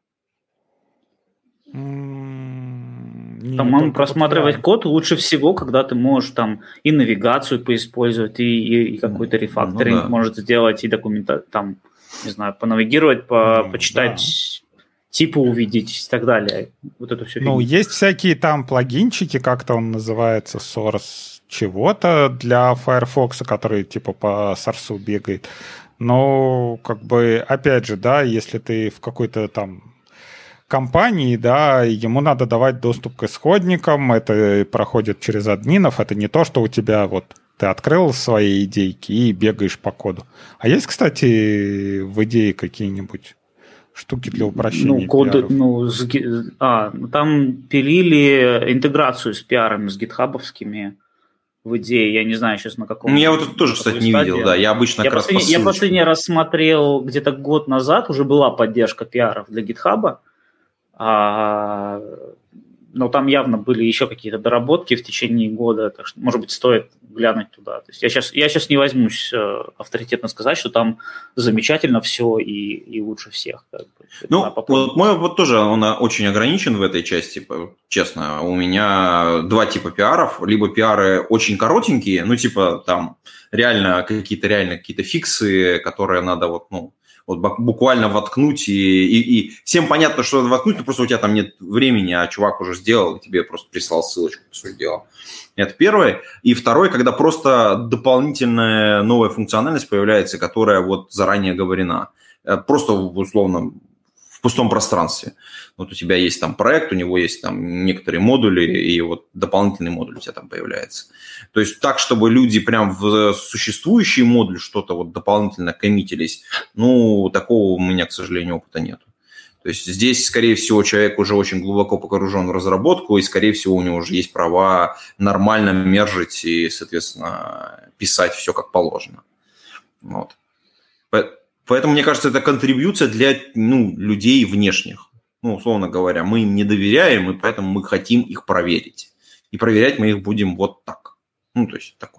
По-моему, просматривать код лучше всего, когда ты можешь там и навигацию поиспользовать, и какой-то рефакторинг может сделать, и там, не знаю, понавигировать, почитать, типы увидеть и так далее. Вот это все. Ну, есть всякие там плагинчики, как-то он называется, source чего-то для Firefox, который типа по сорсу бегает. Но, как бы, опять же, да, если ты в какой-то там компании, да, ему надо давать доступ к исходникам, это проходит через админов, это не то, что у тебя вот ты открыл свои идейки и бегаешь по коду. А есть, кстати, в идее какие-нибудь штуки для упрощения пиаров? Там пилили интеграцию с пиарами, с гитхабовскими в идее, я не знаю сейчас на каком. Я вот это тоже, кстати, не видел, да, я обычно я последний раз смотрел где-то год назад, уже была поддержка пиаров для гитхаба, но там явно были еще какие-то доработки в течение года, так что, может быть, стоит глянуть туда. То есть я сейчас не возьмусь авторитетно сказать, что там замечательно все и лучше всех. Как бы. Вот мой опыт тоже, он очень ограничен в этой части, честно. У меня два типа пиаров. Либо пиары очень коротенькие, ну, типа там реально какие-то фиксы, которые надо вот буквально воткнуть, и всем понятно, что надо воткнуть, но просто у тебя там нет времени, а чувак уже сделал, и тебе просто прислал ссылочку, по сути дела. Это первое. И второе, когда просто дополнительная новая функциональность появляется, которая вот заранее говорена. Просто, условно, в пустом пространстве. Вот у тебя есть там проект, у него есть там некоторые модули, и вот дополнительный модуль у тебя там появляется. То есть так, чтобы люди прям в существующий модуль что-то вот дополнительно коммитились, такого у меня, к сожалению, опыта нет. То есть здесь, скорее всего, человек уже очень глубоко погружен в разработку, и, скорее всего, у него уже есть права нормально мержить и, соответственно, писать все как положено. Вот. Поэтому, мне кажется, это контрибьюция для людей внешних. Условно говоря, мы им не доверяем, и поэтому мы хотим их проверить. И проверять мы их будем вот так. То есть такой.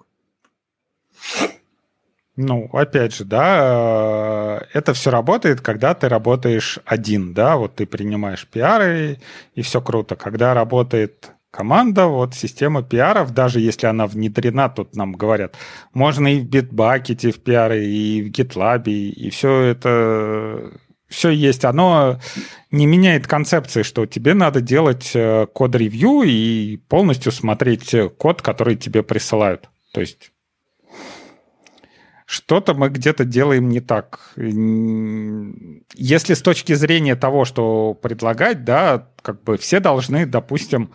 Опять же, да, это все работает, когда ты работаешь один, да, вот ты принимаешь пиары, и все круто. Когда работает команда, вот система пиаров, даже если она внедрена, тут нам говорят, можно и в Bitbucket, в пиары, и в GitLab, и все это, все есть. Оно не меняет концепции, что тебе надо делать код-ревью и полностью смотреть код, который тебе присылают. То есть что-то мы где-то делаем не так. Если с точки зрения того, что предлагать, да, как бы все должны, допустим,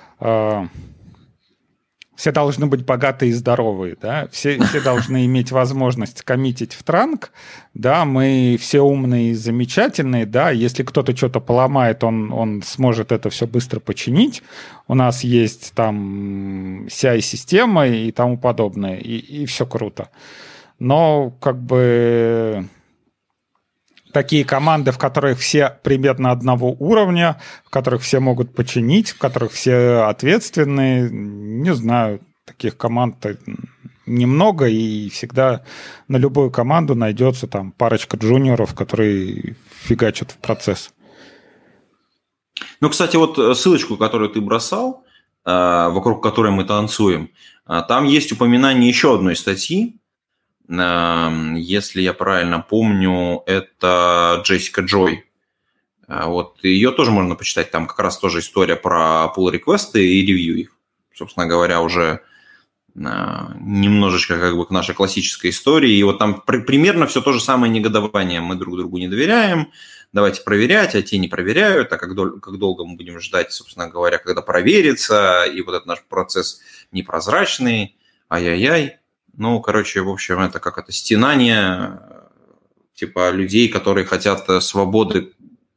все должны быть богатые и здоровые, да, все должны иметь возможность коммитить в транк, да, мы все умные и замечательные, да, если кто-то что-то поломает, он сможет это все быстро починить, у нас есть там CI-система и тому подобное, и все круто. Но как бы такие команды, в которых все примерно одного уровня, в которых все могут починить, в которых все ответственные, не знаю, таких команд немного, и всегда на любую команду найдется там парочка джуниоров, которые фигачат в процесс. Кстати, вот ссылочку, которую ты бросал, вокруг которой мы танцуем, там есть упоминание еще одной статьи. Если я правильно помню, это Джессика Джой. Вот ее тоже можно почитать. Там как раз тоже история про pull-реквесты и ревью их. Собственно говоря, уже немножечко как бы к нашей классической истории. И вот там примерно все то же самое негодование. Мы друг другу не доверяем, давайте проверять, а те не проверяют. А как долго мы будем ждать, собственно говоря, когда проверится. И вот этот наш процесс непрозрачный. Ай-яй-яй. В общем, это как это стенание типа людей, которые хотят свободы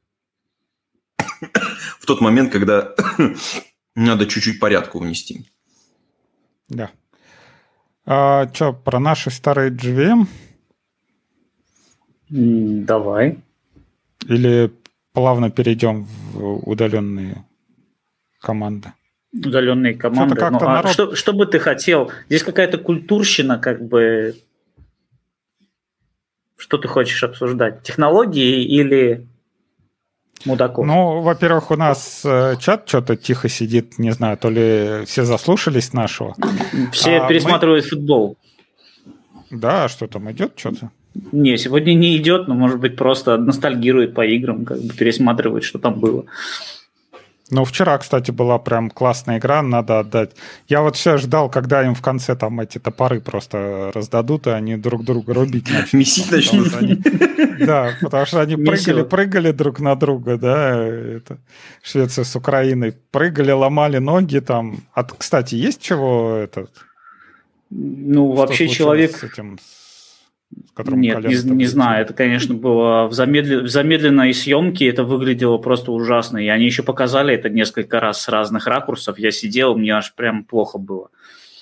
в тот момент, когда надо чуть-чуть порядку внести. Да. Что, про наши старые JVM? Давай. Или плавно перейдем в удаленные команды? Удаленные команды. Что бы ты хотел? Здесь какая-то культурщина, как бы Что ты хочешь обсуждать? Технологии или мудаков? Ну, во-первых, у нас чат что-то тихо сидит, не знаю, то ли все заслушались нашего. Все пересматривают футбол. Да, что там идет что-то? Не, сегодня не идет, но, может быть, просто ностальгирует по играм, как бы пересматривает, что там было. Ну, вчера, кстати, была прям классная игра, надо отдать. Я вот все ждал, когда им в конце там эти топоры просто раздадут, и они друг друга рубить начнут. Месить начнут. Да, потому что они прыгали друг на друга, да, это Швеция с Украиной, прыгали, ломали ноги там. Кстати, есть чего этот? Ну, вообще человек... С этим, нет, не знаю. Это, конечно, было в замедленной съемке, это выглядело просто ужасно. И они еще показали это несколько раз с разных ракурсов. Я сидел, мне аж прям плохо было.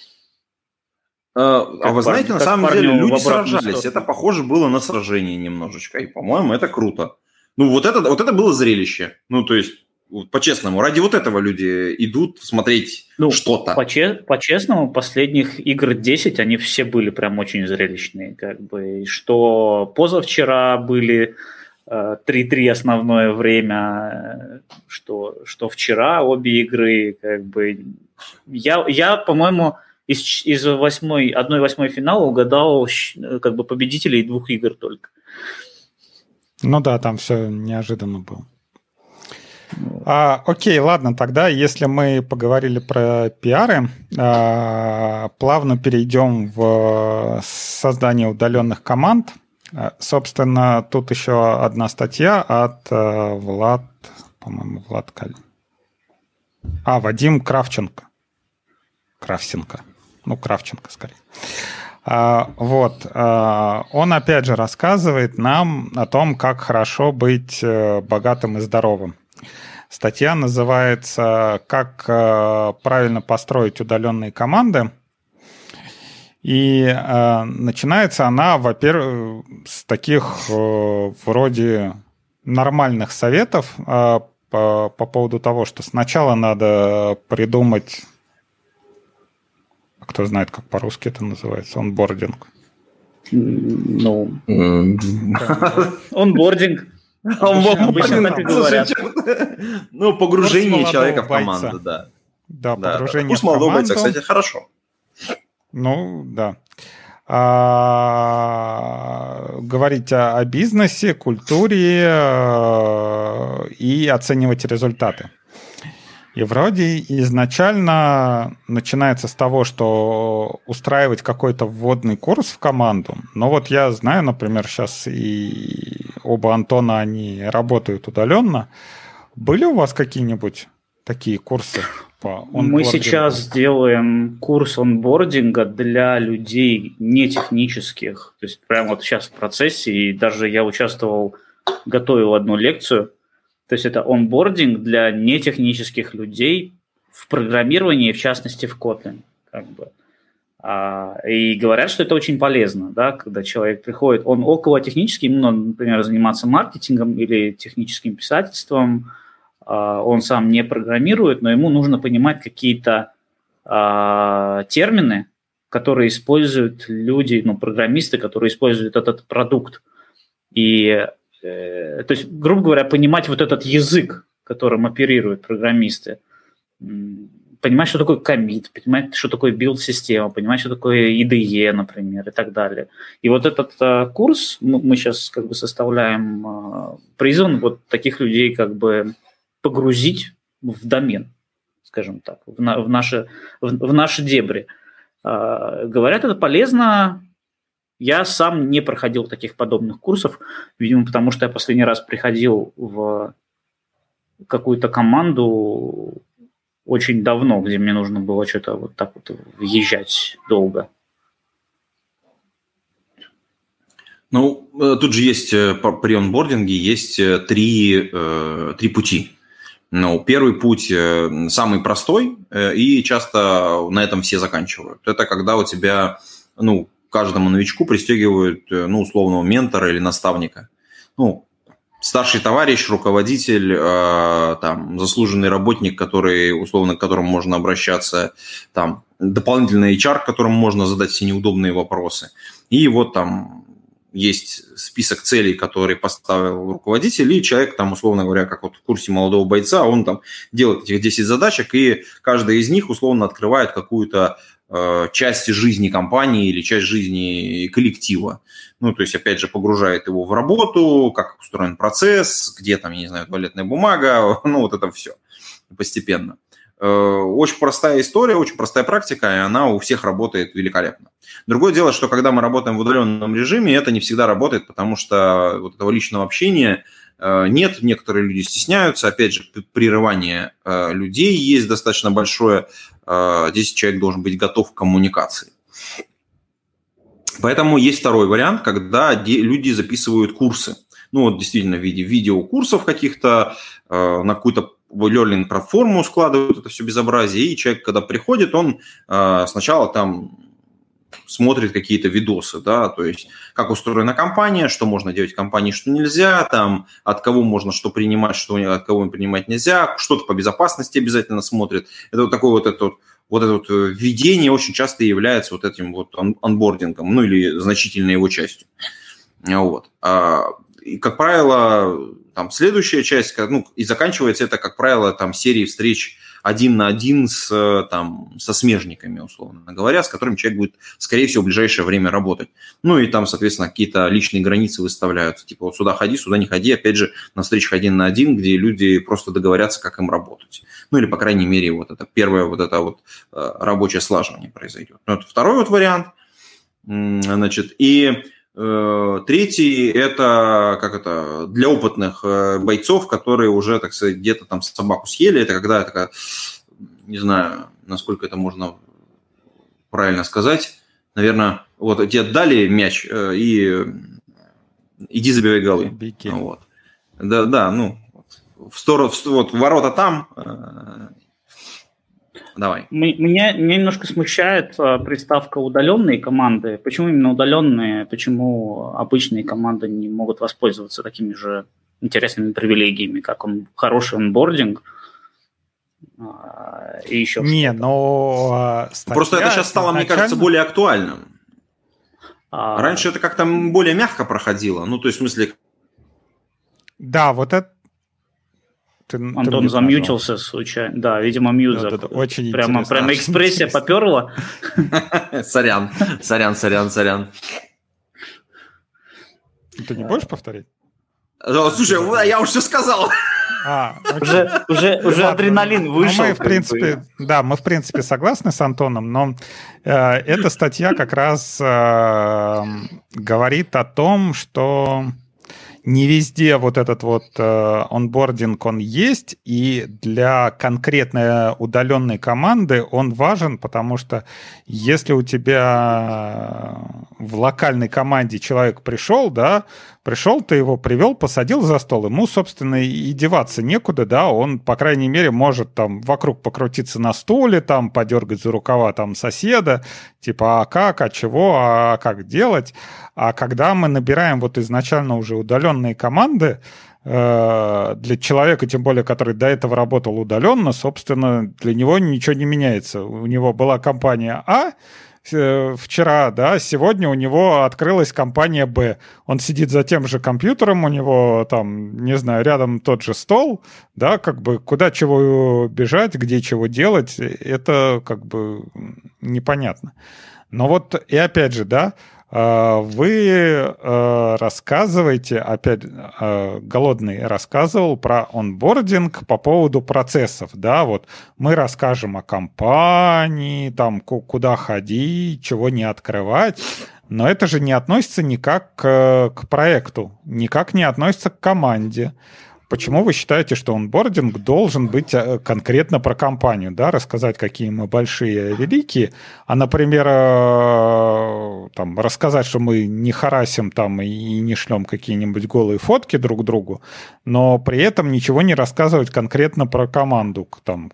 А вы знаете, на самом деле люди сражались. Это похоже было на сражение немножечко. И, по-моему, это круто. Ну, вот это было зрелище. Ну, то есть, по-честному, ради вот этого люди идут смотреть что-то. По-честному, последних игр 10, они все были прям очень зрелищные. Как бы. Что позавчера были 3-3 основное время, что вчера обе игры. Как бы. Я, по-моему, из 1/8 финала угадал как бы победителей 2 игр только. Ну да, там все неожиданно было. Окей, ладно, тогда, если мы поговорили про пиары, плавно перейдем в создание удаленных команд. Собственно, тут еще одна статья от Вадим Кравченко. Кравченко, скорее. Вот. Он, опять же, рассказывает нам о том, как хорошо быть богатым и здоровым. Статья называется «Как правильно построить удаленные команды». И начинается она, во-первых, с таких вроде нормальных советов по поводу того, что сначала надо придумать, кто знает, как по-русски это называется, онбординг. Онбординг. Обычно так и говорят. Ну, погружение человека в команду, да. Да, погружение в команду. Курс молодого бойца, кстати, хорошо. Ну, да. Говорить о бизнесе, культуре и оценивать результаты. И вроде изначально начинается с того, что устраивать какой-то вводный курс в команду. Но вот я знаю, например, сейчас и оба Антона, они работают удаленно. Были у вас какие-нибудь такие курсы по онбордингу? Мы сейчас делаем курс онбординга для людей не технических. То есть прямо вот сейчас в процессе, и даже я готовил одну лекцию. То есть это онбординг для нетехнических людей в программировании, в частности в Kotlin. Как бы. И говорят, что это очень полезно, да, когда человек приходит, он около технический, ему надо, например, заниматься маркетингом или техническим писательством, он сам не программирует, но ему нужно понимать какие-то термины, которые используют люди, программисты, которые используют этот продукт. И то есть, грубо говоря, понимать вот этот язык, которым оперируют программисты, понимать, что такое коммит, понимать, что такое билд-система, понимать, что такое IDE, например, и так далее. И вот этот курс мы сейчас как бы составляем, призван вот таких людей как бы погрузить в домен, скажем так, в наши дебри. Говорят, это полезно. Я сам не проходил таких подобных курсов, видимо, потому что я последний раз приходил в какую-то команду очень давно, где мне нужно было что-то вот так вот въезжать долго. Ну, тут же есть при онбординге есть три пути. Ну, первый путь самый простой, и часто на этом все заканчивают. Это когда у тебя, каждому новичку пристегивают, условного ментора или наставника. Старший товарищ, руководитель, заслуженный работник, к которому можно обращаться, дополнительный HR, которому можно задать все неудобные вопросы. И вот есть список целей, которые поставил руководитель, и человек, там, условно говоря, как вот в курсе молодого бойца, он там делает этих 10 задачек, и каждая из них условно открывает какую-то часть жизни компании или часть жизни коллектива. Ну, то есть, опять же, погружает его в работу, как устроен процесс, где там, я не знаю, туалетная бумага, ну, вот это все постепенно. Очень простая история, очень простая практика, и она у всех работает великолепно. Другое дело, что когда мы работаем в удаленном режиме, это не всегда работает, потому что вот этого личного общения нет, некоторые люди стесняются, опять же, прерывание людей есть достаточно большое, здесь человек должен быть готов к коммуникации. Поэтому есть второй вариант, когда люди записывают курсы. Ну вот действительно в виде видеокурсов каких-то, на какую-то learning-платформу складывают это все безобразие, и человек, когда приходит, он сначала там смотрит какие-то видосы, да, то есть как устроена компания, что можно делать в компании, что нельзя, там, от кого можно что принимать, что от кого принимать нельзя, что-то по безопасности обязательно смотрит. Это вот такое вот это введение очень часто является вот этим вот онбордингом, ну или значительной его частью. Вот. И, как правило, там следующая часть, ну, и заканчивается это, как правило, там серией встреч 1 на 1 со смежниками, условно говоря, с которыми человек будет, скорее всего, в ближайшее время работать. Ну и там, соответственно, какие-то личные границы выставляются. Типа вот сюда ходи, сюда не ходи. Опять же, на встречах 1 на 1, где люди просто договорятся, как им работать. Ну или, по крайней мере, вот это первое вот это вот рабочее слаживание произойдет. Ну, это второй вот вариант. Значит, и третий – это для опытных бойцов, которые уже, так сказать, где-то там собаку съели. Это когда, такая, не знаю, насколько это можно правильно сказать. Наверное, вот тебе дали мяч и иди забивай голы. Вот. Да, ну, в сторону, вот ворота там. Давай. Меня немножко смущает приставка «удаленные команды». Почему именно удаленные? Почему обычные команды не могут воспользоваться такими же интересными привилегиями, как хороший онбординг и еще не, что-то? Но просто это сейчас стало, мне кажется, более актуальным. Раньше это как-то более мягко проходило. Ну, то есть, в смысле... Да, вот это... Антон замьютился случайно. Да, видимо, мьют закрыл. Очень прямо экспрессия поперла. Сорян. Ты не будешь повторить? Слушай, я уже все сказал. Уже адреналин вышел. Мы в принципе согласны с Антоном, но эта статья как раз говорит о том, что не везде вот этот вот онбординг, он есть, и для конкретной удаленной команды он важен, потому что если у тебя в локальной команде человек пришел, ты его привел, посадил за стол, ему, собственно, и деваться некуда, да, он, по крайней мере, может там вокруг покрутиться на стуле, там, подергать за рукава там соседа, типа, а как, а чего, а как делать. А когда мы набираем вот изначально уже удаленные команды, для человека, тем более, который до этого работал удаленно, собственно, для него ничего не меняется. У него была компания А вчера, да, сегодня у него открылась компания Б. Он сидит за тем же компьютером, у него там, не знаю, рядом тот же стол, да, как бы куда чего бежать, где чего делать, это как бы непонятно. Но вот и опять же, да, вы рассказываете, опять Голодный рассказывал про онбординг по поводу процессов, да, вот мы расскажем о компании, там, куда ходить, чего не открывать, но это же не относится никак к проекту, никак не относится к команде. Почему вы считаете, что онбординг должен быть конкретно про компанию, да, рассказать, какие мы большие, великие, а, например, там, рассказать, что мы не харасим там и не шлем какие-нибудь голые фотки друг другу, но при этом ничего не рассказывать конкретно про команду, там,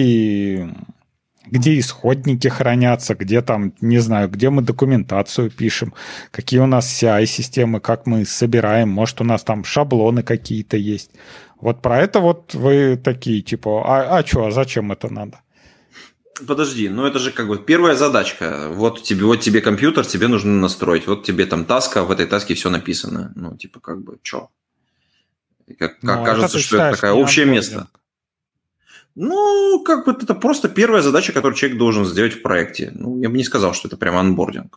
где исходники хранятся, где там, не знаю, где мы документацию пишем, какие у нас CI-системы, как мы собираем, может, у нас там шаблоны какие-то есть. Вот про это вот вы такие, типа, а что, а зачем это надо? Подожди, ну это же как бы первая задачка. Вот тебе компьютер, тебе нужно настроить. Вот тебе там таска, в этой таске все написано. Ну, типа, как бы, что? Как кажется, что это такое общее место. Ну, как бы это просто первая задача, которую человек должен сделать в проекте. Ну, я бы не сказал, что это прям анбординг.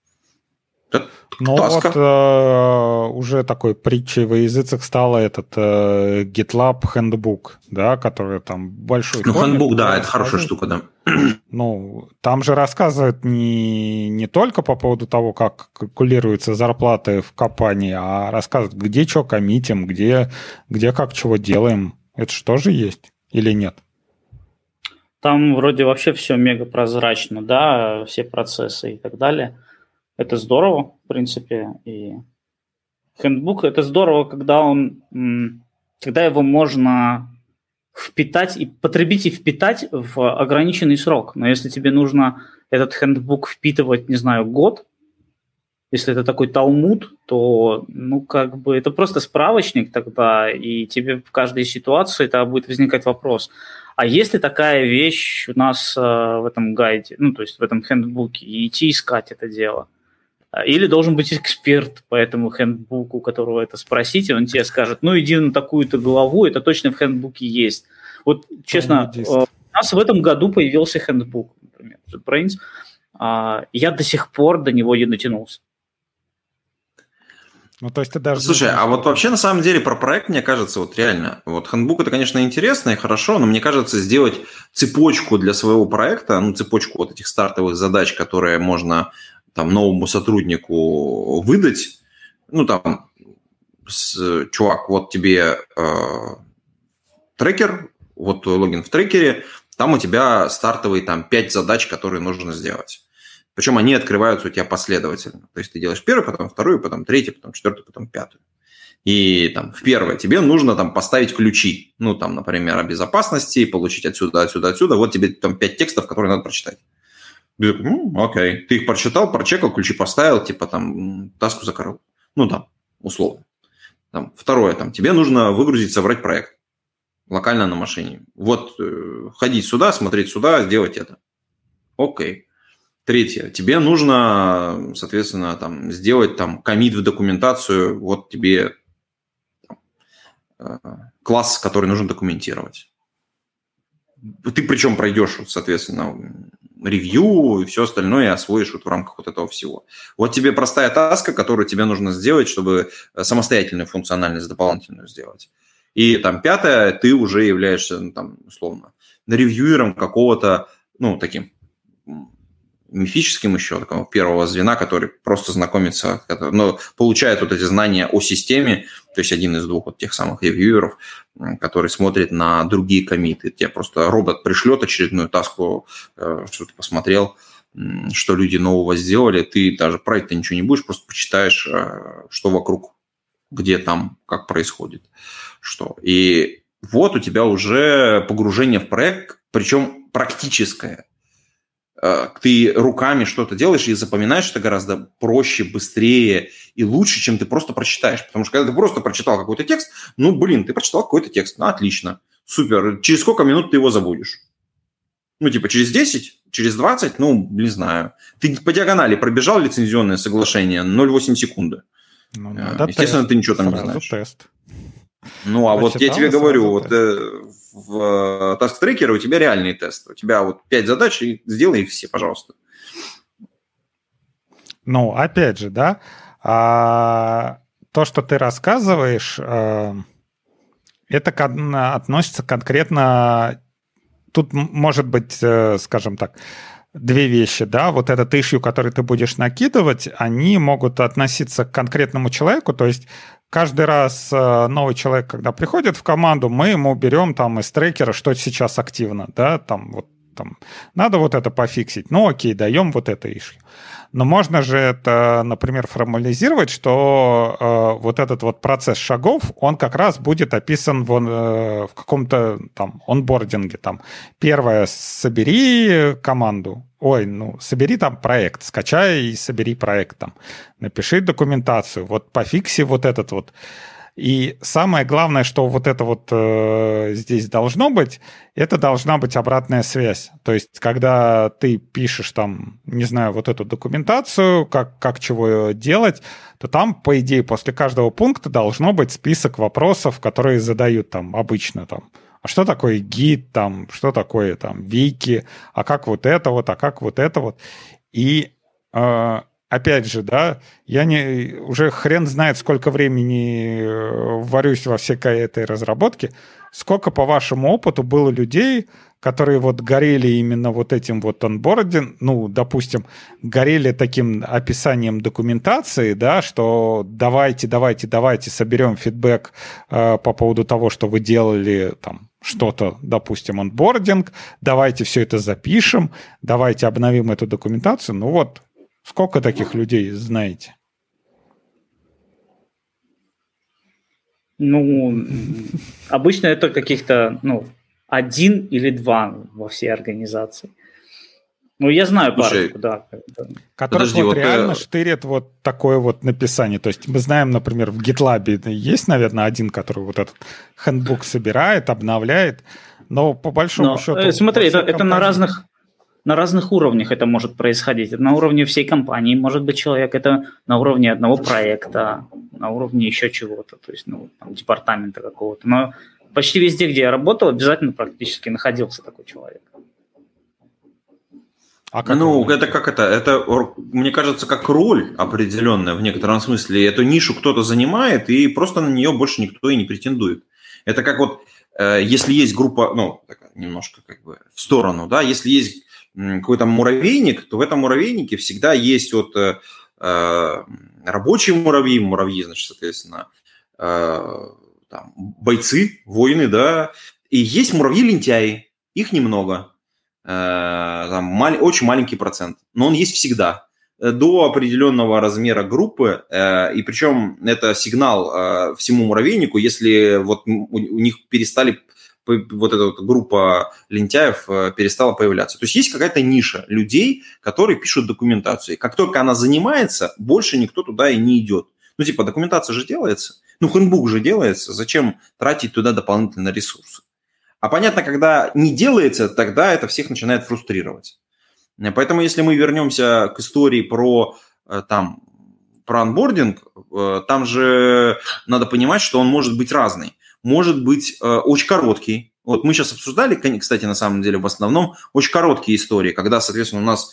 Ну вот уже такой притчей во языцах стало этот GitLab Handbook, да, который там большой. Ну, Handbook, да, это хорошая штука, да. Ну, там же рассказывают не только по поводу того, как калькулируются зарплаты в компании, а рассказывают, где что коммитим, где как чего делаем. Это что же есть или нет? Там вроде вообще все мега прозрачно, да, все процессы и так далее. Это здорово, в принципе, и хендбук это здорово, когда его можно впитать и потребить и впитать в ограниченный срок. Но если тебе нужно этот хендбук впитывать, не знаю, год, если это такой талмуд, то, ну, как бы это просто справочник тогда, и тебе в каждой ситуации это будет возникать вопрос. А есть ли такая вещь у нас в этом гайде, ну, то есть в этом хендбуке, и идти искать это дело? Или должен быть эксперт по этому хендбуку, у которого это спросить, и он тебе скажет, ну, иди на такую-то главу, это точно в хендбуке есть. Вот, честно, у нас в этом году появился хендбук, например, JetBrains. Я до сих пор до него не дотянулся. Ну, то есть ты даже... Слушай, а вот вообще на самом деле про проект, мне кажется, вот реально, вот хендбук это, конечно, интересно и хорошо, но мне кажется, сделать цепочку для своего проекта, ну, цепочку вот этих стартовых задач, которые можно там новому сотруднику выдать, ну, там, чувак, вот тебе трекер, вот логин в трекере, там у тебя стартовые там 5 задач, которые нужно сделать. Причем они открываются у тебя последовательно. То есть ты делаешь первую, потом вторую, потом третью, потом четвертую, потом пятую. И там в первое тебе нужно там поставить ключи. Ну, там, например, о безопасности, получить отсюда. Вот тебе там 5 текстов, которые надо прочитать. Ты такой, окей. Ты их прочитал, прочекал, ключи поставил, типа там таску закрыл. Ну, там, условно. Там, второе, там, тебе нужно выгрузить, собрать проект локально на машине. Вот ходить сюда, смотреть сюда, сделать это. Окей. Третье. Тебе нужно, соответственно, там, сделать там коммит в документацию. Вот тебе класс, который нужно документировать. Ты причем пройдешь, соответственно, ревью и все остальное, и освоишь вот в рамках вот этого всего. Вот тебе простая таска, которую тебе нужно сделать, чтобы самостоятельную функциональность дополнительную сделать. И там пятое, ты уже являешься, ну, там, условно, ревьюером какого-то, ну, таким мифическим еще, такого первого звена, который просто знакомится, но получает вот эти знания о системе, то есть один из двух вот тех самых ревьюеров, который смотрит на другие коммиты. Тебе просто робот пришлет очередную таску, что ты посмотрел, что люди нового сделали, ты даже про это ничего не будешь, просто почитаешь, что вокруг, где там, как происходит, что. И вот у тебя уже погружение в проект, причем практическое. Ты руками что-то делаешь и запоминаешь это гораздо проще, быстрее и лучше, чем ты просто прочитаешь. Потому что когда ты просто прочитал какой-то текст, ну, блин, ты прочитал какой-то текст, ну, отлично, супер. Через сколько минут ты его забудешь? Ну, типа через 10, через 20, ну, не знаю. Ты по диагонали пробежал лицензионное соглашение 0,8 секунды. Ну, естественно, ты ничего там не знаешь. Тест. Ну, а вот я тебе говорю, вот в таск-трекере у тебя реальный тест. У тебя вот 5 задач, и сделай их все, пожалуйста. Ну, опять же, да, то, что ты рассказываешь, это относится конкретно... Тут может быть, скажем так, две вещи, да, вот этот issue, который ты будешь накидывать, они могут относиться к конкретному человеку, то есть каждый раз новый человек, когда приходит в команду, мы ему берем там из трекера, что сейчас активно, да, там вот там надо вот это пофиксить, ну окей, даем вот это issue. Но можно же это, например, формализировать, что вот этот вот процесс шагов, он как раз будет описан в каком-то там онбординге. Там, первое, собери команду. Собери там проект, скачай и собери проект там. Напиши документацию, вот пофикси вот этот вот. И самое главное, что вот это вот здесь должно быть, это должна быть обратная связь. То есть, когда ты пишешь там, не знаю, вот эту документацию, как чего делать, то там, по идее, после каждого пункта должно быть список вопросов, которые задают там обычно там. А что такое гид, там, что такое там вики, а как вот это вот, а как вот это вот. И опять же, да, я уже хрен знает, сколько времени варюсь во всякой этой разработке. Сколько, по вашему опыту, было людей, которые вот горели именно вот этим вот онбординг, ну, допустим, горели таким описанием документации, да, что давайте, соберем фидбэк по поводу того, что вы делали там что-то, допустим, онбординг, давайте все это запишем, давайте обновим эту документацию. Ну вот, сколько таких людей знаете? Ну, обычно это каких-то, ну, 1 или 2 во всей организации. Ну, я знаю парочку, да. Которых вот реально штырит вот такое вот написание. То есть мы знаем, например, в GitLab есть, наверное, один, который вот этот хэндбук собирает, обновляет, но по большому счету... Смотри, это на разных уровнях это может происходить. Это на уровне всей компании может быть человек, это на уровне одного проекта, на уровне еще чего-то, то есть ну, там, департамента какого-то. Но почти везде, где я работал, обязательно практически находился такой человек. Это, мне кажется, как роль определенная в некотором смысле. Эту нишу кто-то занимает, и просто на нее больше никто и не претендует. Это как вот, если есть группа, ну, немножко как бы в сторону, да, если есть какой-то муравейник, то в этом муравейнике всегда есть вот рабочие муравьи, значит, соответственно, там, бойцы, воины, да, и есть муравьи-лентяи, их немного, там, очень маленький процент, но он есть всегда, до определенного размера группы, и причем это сигнал всему муравейнику, если вот у них перестали вот эта вот группа лентяев перестала появляться. То есть есть какая-то ниша людей, которые пишут документацию. И как только она занимается, больше никто туда и не идет. Ну, типа, документация же делается, ну, хэндбук же делается, зачем тратить туда дополнительные ресурсы? А понятно, когда не делается, тогда это всех начинает фрустрировать. Поэтому, если мы вернемся к истории про онбординг, там же надо понимать, что он может быть разный. Может быть очень короткий. Вот мы сейчас обсуждали, кстати, на самом деле, в основном очень короткие истории, когда, соответственно, у нас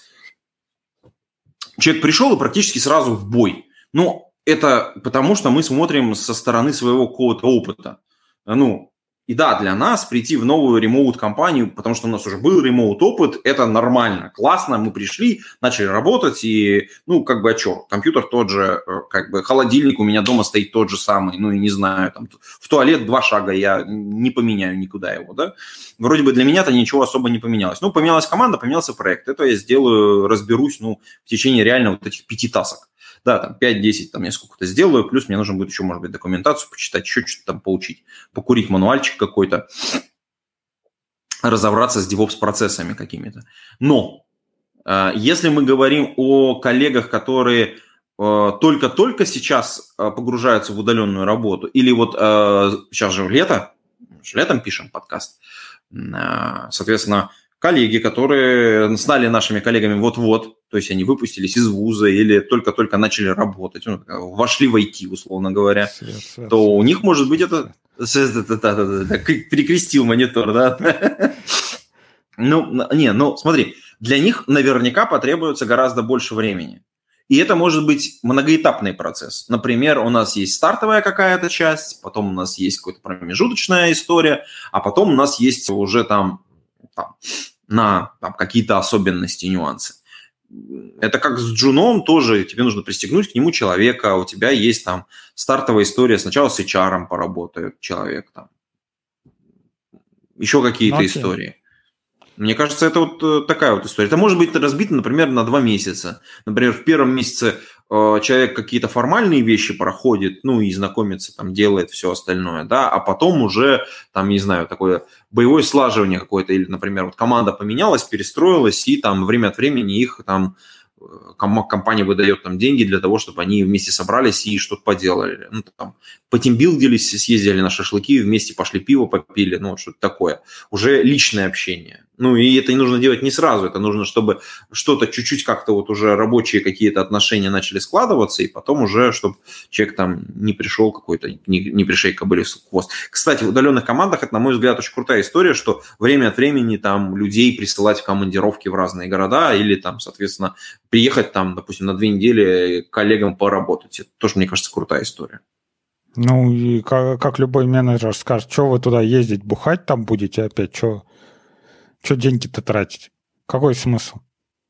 человек пришел и практически сразу в бой. Ну, это потому, что мы смотрим со стороны своего какого-то опыта. Ну, и да, для нас прийти в новую ремоут-компанию, потому что у нас уже был ремоут-опыт, это нормально, классно, мы пришли, начали работать, и, ну, как бы, а что, компьютер тот же, как бы, холодильник у меня дома стоит тот же самый, ну, и не знаю, там, в туалет 2 шага, я не поменяю никуда его, да. Вроде бы для меня-то ничего особо не поменялось. Ну, поменялась команда, поменялся проект, это я сделаю, разберусь, ну, в течение реально вот этих 5 тасок. Да, там 5-10 там я сколько-то сделаю, плюс мне нужно будет еще, может быть, документацию почитать, еще что-то там поучить, покурить мануальчик какой-то, разобраться с DevOps-процессами какими-то. Но если мы говорим о коллегах, которые только-только сейчас погружаются в удаленную работу, или вот сейчас же летом пишем подкаст, соответственно, коллеги, которые стали нашими коллегами вот-вот, то есть они выпустились из вуза или только-только начали работать, ну, вошли в IT, условно говоря, то у них может быть это... Перекрестил монитор, да? Ну, смотри, для них наверняка потребуется гораздо больше времени. И это может быть многоэтапный процесс. Например, у нас есть стартовая какая-то часть, потом у нас есть какая-то промежуточная история, а потом у нас есть уже там какие-то особенности, нюансы. Это как с джуном тоже, тебе нужно пристегнуть к нему человека, у тебя есть там стартовая история, сначала с HR поработает человек, там, еще какие-то истории. Мне кажется, это вот такая вот история. Это может быть разбито, например, на 2 месяца. Например, в первом месяце человек какие-то формальные вещи проходит, ну и знакомится, там, делает все остальное, да, а потом уже, там, не знаю, такое боевое слаживание какое-то, или, например, вот команда поменялась, перестроилась, и там время от времени их там компания выдает там деньги для того, чтобы они вместе собрались и что-то поделали. Ну, там, потимбилдились, съездили на шашлыки, вместе пошли пиво попили, ну, что-то такое. Уже личное общение. Ну, и это не нужно делать не сразу, это нужно, чтобы что-то чуть-чуть как-то вот уже рабочие какие-то отношения начали складываться, и потом уже, чтобы человек там не пришел какой-то, не пришей кобыле в хвост. Кстати, в удаленных командах это, на мой взгляд, очень крутая история, что время от времени там людей присылать в командировки в разные города или там, соответственно, приехать там, допустим, на 2 недели к коллегам поработать. Это тоже, мне кажется, крутая история. Ну, и как любой менеджер скажет, что вы туда ездить, бухать там будете опять, что деньги-то тратить? Какой смысл?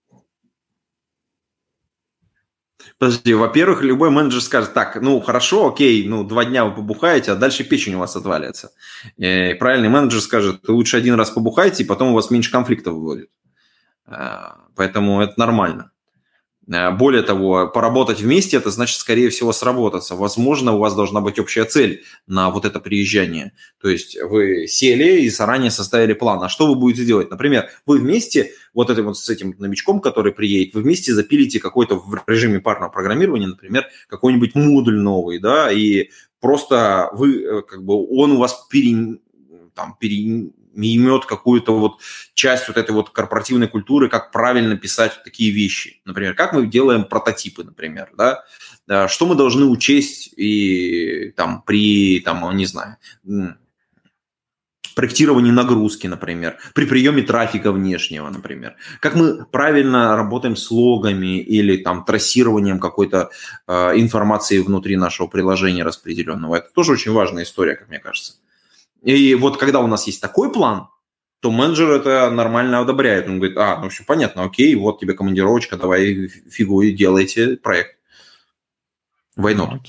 Подожди, во-первых, любой менеджер скажет, так, ну, хорошо, окей, ну, 2 дня вы побухаете, а дальше печень у вас отвалится. И правильный менеджер скажет, лучше 1 раз побухайте, и потом у вас меньше конфликтов будет. Поэтому это нормально. Более того, поработать вместе, это значит, скорее всего, сработаться. Возможно, у вас должна быть общая цель на вот это приезжание. То есть вы сели и заранее составили план. А что вы будете делать? Например, вы вместе, вот с этим новичком, который приедет, вы вместе запилите какой-то в режиме парного программирования, например, какой-нибудь модуль новый, да, и просто вы, как бы, он у вас переймет какую-то вот часть вот этой вот корпоративной культуры, как правильно писать вот такие вещи. Например, как мы делаем прототипы, например, да? Что мы должны учесть и там при, там, не знаю, проектировании нагрузки, например, при приеме трафика внешнего, например. Как мы правильно работаем с логами или там трассированием какой-то информации внутри нашего приложения распределенного. Это тоже очень важная история, как мне кажется. И вот когда у нас есть такой план, то менеджер это нормально одобряет. Он говорит, ну все понятно, окей, вот тебе командировочка, давай фигуй, делайте проект. Why not?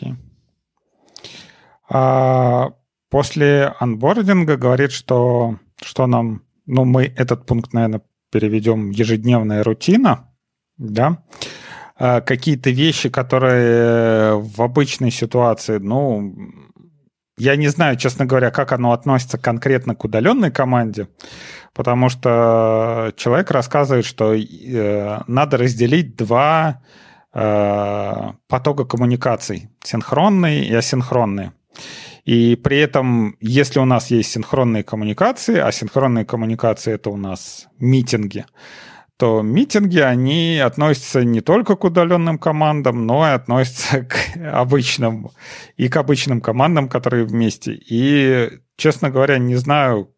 Okay. После анбординга говорит, что нам, ну, мы этот пункт, наверное, переведем ежедневная рутина, да, какие-то вещи, которые в обычной ситуации, ну, я не знаю, честно говоря, как оно относится конкретно к удаленной команде, потому что человек рассказывает, что надо разделить 2 потока коммуникаций, синхронные и асинхронные. И при этом, если у нас есть синхронные коммуникации, а синхронные коммуникации – это у нас митинги, то митинги, они относятся не только к удаленным командам, но и относятся к обычным командам, которые вместе. И, честно говоря, не знаю,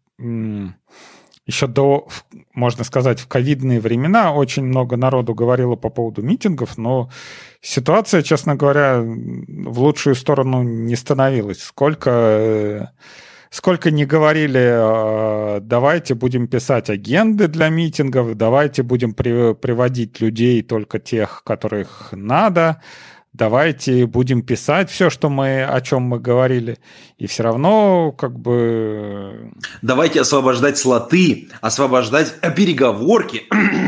еще можно сказать, в ковидные времена очень много народу говорило по поводу митингов, но ситуация, честно говоря, в лучшую сторону не становилась. Сколько не говорили, давайте будем писать агенды для митингов, давайте будем приводить людей, только тех, которых надо, давайте будем писать все, о чем мы говорили, и все равно как бы... Давайте освобождать слоты, освобождать переговорки.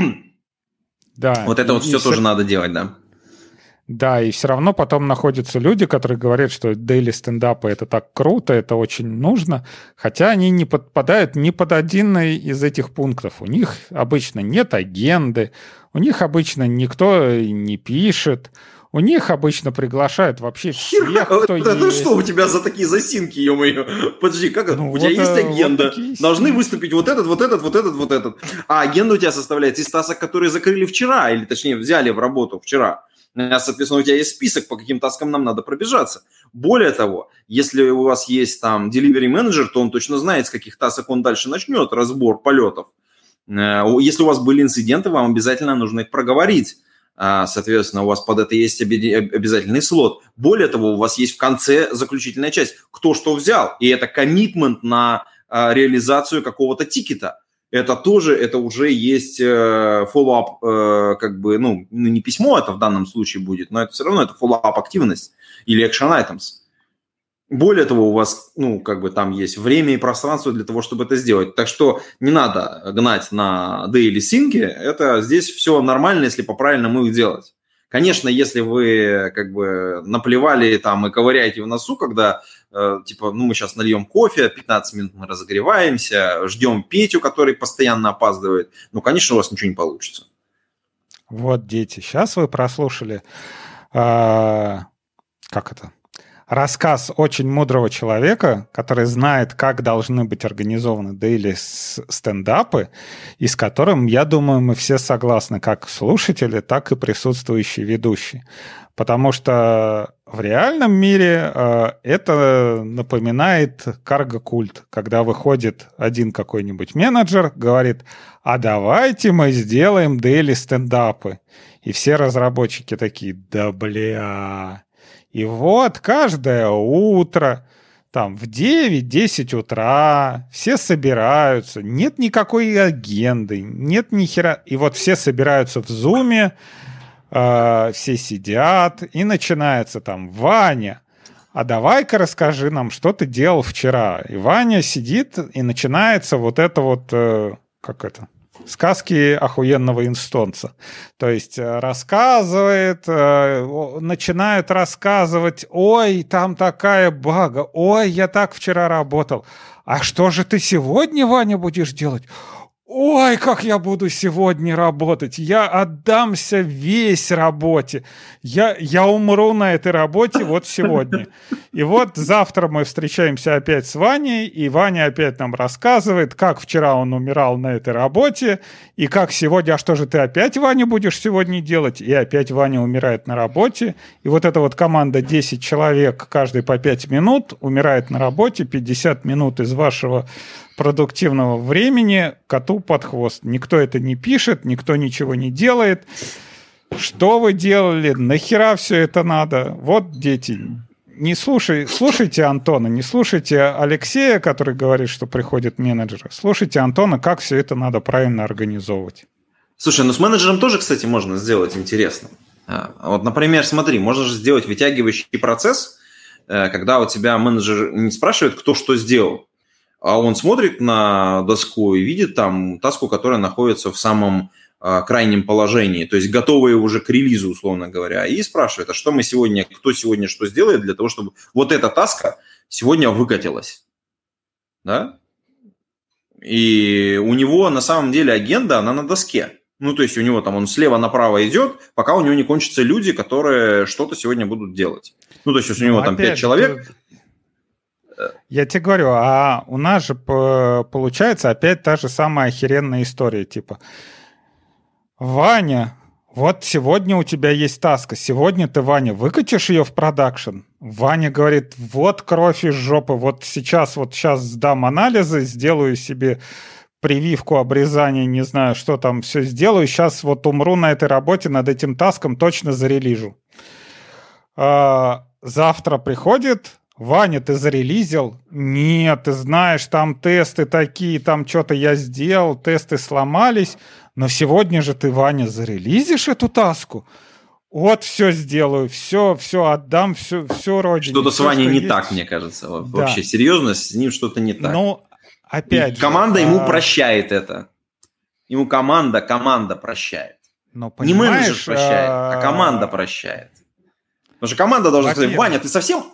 Да. Вот это вот все тоже надо делать, да. Да, и все равно потом находятся люди, которые говорят, что дейли стендапы – это так круто, это очень нужно, хотя они не подпадают ни под один из этих пунктов. У них обычно нет агенды, у них обычно никто не пишет, у них обычно приглашают вообще всех, кто есть. Это что у тебя за такие засинки, ё-моё? Подожди, как это? У тебя есть агенда, должны выступить вот этот. А агенда у тебя составляется из тасок, которые закрыли вчера, или точнее взяли в работу вчера. Соответственно, у тебя есть список, по каким таскам нам надо пробежаться. Более того, если у вас есть там delivery менеджер, то он точно знает, с каких тасок он дальше начнет разбор полетов. Если у вас были инциденты, вам обязательно нужно их проговорить. Соответственно, у вас под это есть обязательный слот. Более того, у вас есть в конце заключительная часть. Кто что взял. И это коммитмент на реализацию какого-то тикета. Это уже есть follow-up, как бы, ну, не письмо это в данном случае будет, но это все равно это follow-up активность или action items. Более того, у вас, ну, как бы там есть время и пространство для того, чтобы это сделать. Так что не надо гнать на daily sync, это здесь все нормально, если по-правильному их делать. Конечно, если вы как бы наплевали там и ковыряете в носу, когда типа, ну, мы сейчас нальем кофе, 15 минут мы разогреваемся, ждем Петю, который постоянно опаздывает, ну, конечно, у вас ничего не получится. Вот, дети, сейчас вы прослушали, как это, рассказ очень мудрого человека, который знает, как должны быть организованы дейли стендапы, и с которым, я думаю, мы все согласны, как слушатели, так и присутствующие ведущие. Потому что в реальном мире это напоминает карго-культ, когда выходит один какой-нибудь менеджер, говорит: а давайте мы сделаем дейли стендапы. И все разработчики такие: да бля... И вот каждое утро, там в 9-10 утра все собираются, нет никакой агенды, нет ни хера. И вот все собираются в зуме, все сидят, и начинается там: Ваня, а давай-ка расскажи нам, что ты делал вчера. И Ваня сидит, и начинается вот это вот, как это... сказки охуенного инстонца. То есть рассказывает, начинают рассказывать: ой, там такая бага, ой, я так вчера работал. А что же ты сегодня, Ваня, будешь делать? Ой, как я буду сегодня работать! Я отдамся весь работе. Я умру на этой работе вот сегодня. И вот завтра мы встречаемся опять с Ваней, и Ваня опять нам рассказывает, как вчера он умирал на этой работе, и как сегодня, а что же ты опять, Ваня, будешь сегодня делать? И опять Ваня умирает на работе. И вот эта вот команда 10 человек, каждый по 5 минут, умирает на работе, 50 минут из вашего продуктивного времени коту под хвост. Никто это не пишет, никто ничего не делает. Что вы делали? Нахера все это надо? Вот, дети, не слушайте Антона, не слушайте Алексея, который говорит, что приходят менеджеры. Слушайте Антона, как все это надо правильно организовывать. Слушай, ну с менеджером тоже, кстати, можно сделать интересно. Вот, например, смотри, можно же сделать вытягивающий процесс, когда у тебя менеджер не спрашивает, кто что сделал, а он смотрит на доску и видит там таску, которая находится в самом крайнем положении, то есть готовые уже к релизу, условно говоря, и спрашивает: а что мы сегодня, кто сегодня что сделает для того, чтобы вот эта таска сегодня выкатилась, да? И у него на самом деле агенда, она на доске. Ну, то есть у него там он слева направо идет, пока у него не кончатся люди, которые что-то сегодня будут делать. Ну, то есть у него там 5 человек... Я тебе говорю, а у нас же получается опять та же самая охеренная история, типа: Ваня, вот сегодня у тебя есть таска, сегодня ты, Ваня, выкатишь ее в продакшн? Ваня говорит: вот кровь из жопы, вот сейчас сдам анализы, сделаю себе прививку, обрезание, не знаю, что там, все сделаю, сейчас вот умру на этой работе, над этим таском точно зарелижу. Завтра приходит: Ваня, ты зарелизил? Нет, ты знаешь, там тесты такие, там что-то я сделал, тесты сломались, но сегодня же ты, Ваня, зарелизишь эту таску? Вот все сделаю, все отдам, все родине. Что-то с Ваней не так, мне кажется. Да. Вообще, серьезно, с ним что-то не так. Ну, опять же. Команда ему прощает это. Ему команда прощает. Но, не менеджер прощает, а команда прощает. Потому что команда должна сказать: Ваня, ты совсем...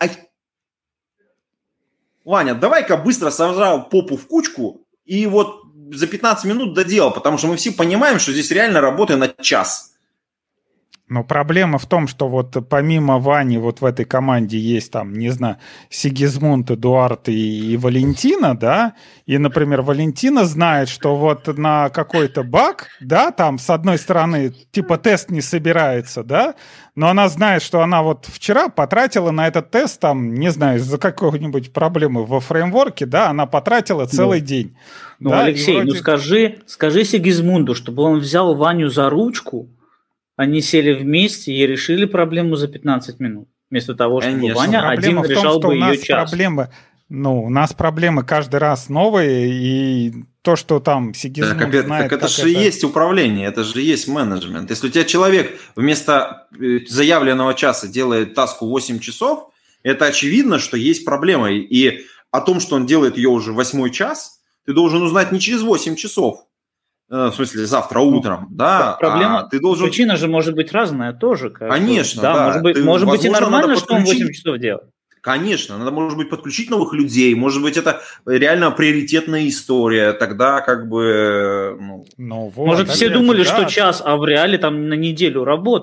Ваня, давай-ка быстро сожрал попу в кучку и вот за 15 минут доделал, потому что мы все понимаем, что здесь реально работа на час. Но проблема в том, что вот помимо Вани вот в этой команде есть там, не знаю, Сигизмунд, Эдуард и Валентина, да, и, например, Валентина знает, что вот на какой-то баг, да, там с одной стороны типа тест не собирается, да, но она знает, что она вот вчера потратила на этот тест там, не знаю, из-за какой-нибудь проблемы во фреймворке, да, она потратила целый день. Ну, да, Алексей, вроде... скажи Сигизмунду, чтобы он взял Ваню за ручку. Они сели вместе и решили проблему за 15 минут. Вместо того, чтобы Конечно. Ваня один решал бы ее час. У нас проблемы каждый раз новые, и то, что там Сигизмунд знает... Так это же есть управление, это же есть менеджмент. Если у тебя человек вместо заявленного часа делает таску 8 часов, это очевидно, что есть проблема. И о том, что он делает ее уже 8-й час, ты должен узнать не через 8 часов, в смысле, завтра утром, да. Проблема, причина же может быть разная тоже. Конечно, да. Может быть и нормально, что он 8 часов делает. Конечно, надо, может быть, подключить новых людей, может быть, это реально приоритетная история, тогда как бы... Может, все думали, что час, а в реале там на неделю работы.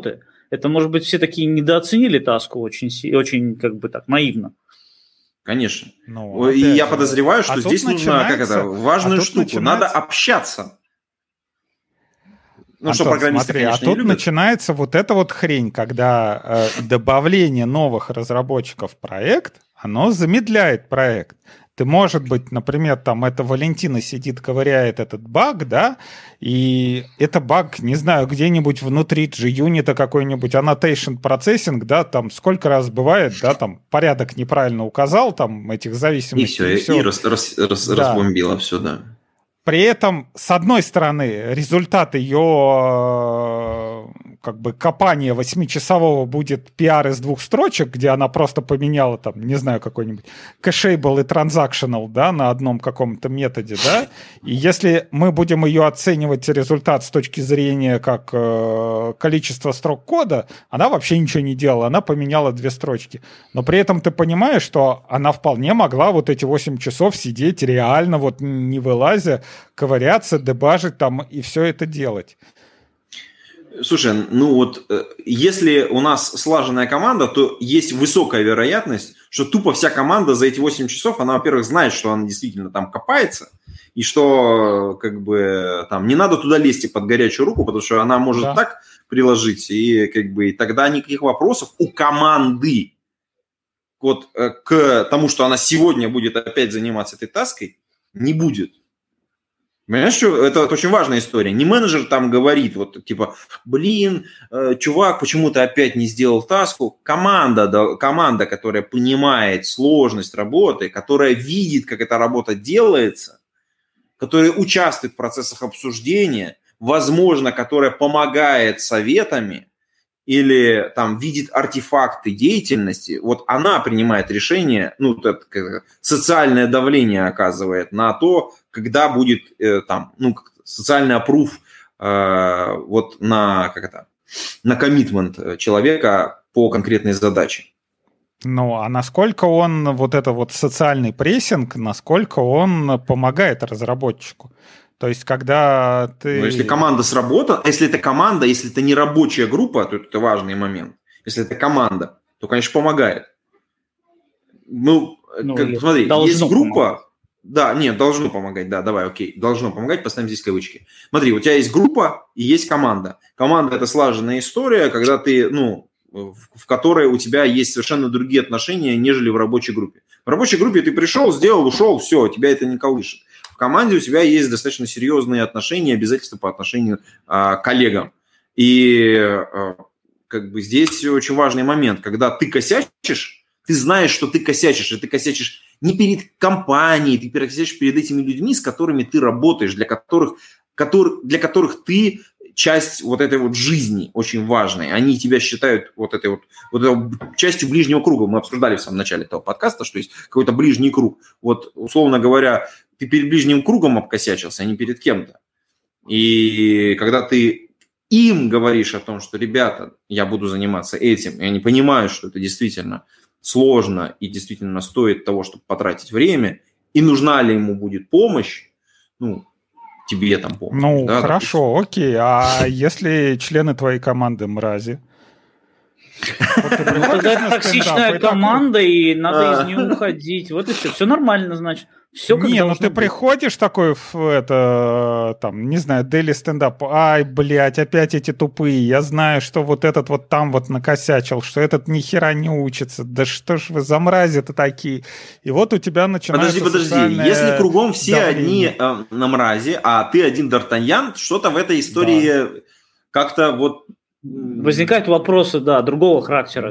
Это, может быть, все такие недооценили таску очень как бы так, наивно. Конечно. И я подозреваю, что здесь нужно важную штуку. Надо общаться. Антон, что программисты, смотри, конечно, тут начинается вот эта вот хрень, когда добавление новых разработчиков в проект, оно замедляет проект. Ты, может быть, например, там это Валентина сидит, ковыряет этот баг, да, и это баг, не знаю, где-нибудь внутри JUnit какой-нибудь annotation processing, да, там сколько раз бывает, да, там порядок неправильно указал, там этих зависимостей. И все, и разбомбило все, да. При этом, с одной стороны, результат ее как бы копания 8-часового будет PR из 2 строчек, где она просто поменяла там, не знаю, какой-нибудь cacheable и transactional, да, на одном каком-то методе, да, и если мы будем ее оценивать результат с точки зрения как количество строк кода, она вообще ничего не делала, она поменяла 2 строчки. Но при этом ты понимаешь, что она вполне могла вот эти 8 часов сидеть реально, вот не вылазя, ковыряться, дебажить там и все это делать. Слушай, ну вот если у нас слаженная команда, то есть высокая вероятность, что тупо вся команда за эти 8 часов, она, во-первых, знает, что она действительно там копается, и что как бы там не надо туда лезть под горячую руку, потому что она может так приложить, и как бы и тогда никаких вопросов у команды вот к тому, что она сегодня будет опять заниматься этой таской, не будет. Понимаешь, что это очень важная история. Не менеджер там говорит, вот типа, блин, чувак, почему ты опять не сделал таску? Команда, которая понимает сложность работы, которая видит, как эта работа делается, которая участвует в процессах обсуждения, возможно, которая помогает советами или там видит артефакты деятельности, вот она принимает решение, ну, социальное давление оказывает на то, когда будет там, ну, социальный аппрув вот на коммитмент человека по конкретной задаче. Ну, а насколько он, вот это вот социальный прессинг, насколько он помогает разработчику? То есть, когда ты... Ну, если команда сработала, если это команда, если это не рабочая группа, то это важный момент. Если это команда, то, конечно, помогает. Ну смотри, есть группа... Помогать. Да, нет, должно помогать, да, давай, окей, должно помогать, поставим здесь кавычки. Смотри, у тебя есть группа и есть команда. Команда – это слаженная история, когда ты, ну, в которой у тебя есть совершенно другие отношения, нежели в рабочей группе. В рабочей группе ты пришел, сделал, ушел, все, тебя это не колышет. В команде у тебя есть достаточно серьезные отношения, обязательства по отношению к коллегам. И как бы здесь очень важный момент, когда ты косячишь, ты знаешь, что ты косячишь, и ты косячишь не перед компанией, ты косячишь перед этими людьми, с которыми ты работаешь, для которых ты часть вот этой вот жизни очень важной. Они тебя считают вот этой частью ближнего круга. Мы обсуждали в самом начале этого подкаста, что есть какой-то ближний круг. Вот, условно говоря, ты перед ближним кругом обкосячился, а не перед кем-то. И когда ты им говоришь о том, что, ребята, я буду заниматься этим, и они понимают, что это действительно сложно и действительно стоит того, чтобы потратить время, и нужна ли ему будет помощь, ну, тебе там помощь. Ну, да, хорошо, окей. А если члены твоей команды мрази? Тогда это токсичная команда, и надо из нее уходить. Вот и все. Все нормально, значит. Все как не, ну ты приходишь такой в это, там, не знаю, daily стендап, ай, блядь, опять эти тупые, я знаю, что вот этот вот там вот накосячил, что этот ни хера не учится, да что ж вы за мрази-то такие, и вот у тебя начинается Подожди, если кругом все одни на мрази, а ты один Д'Артаньян, что-то в этой истории как-то вот... Возникают вопросы, да, другого характера.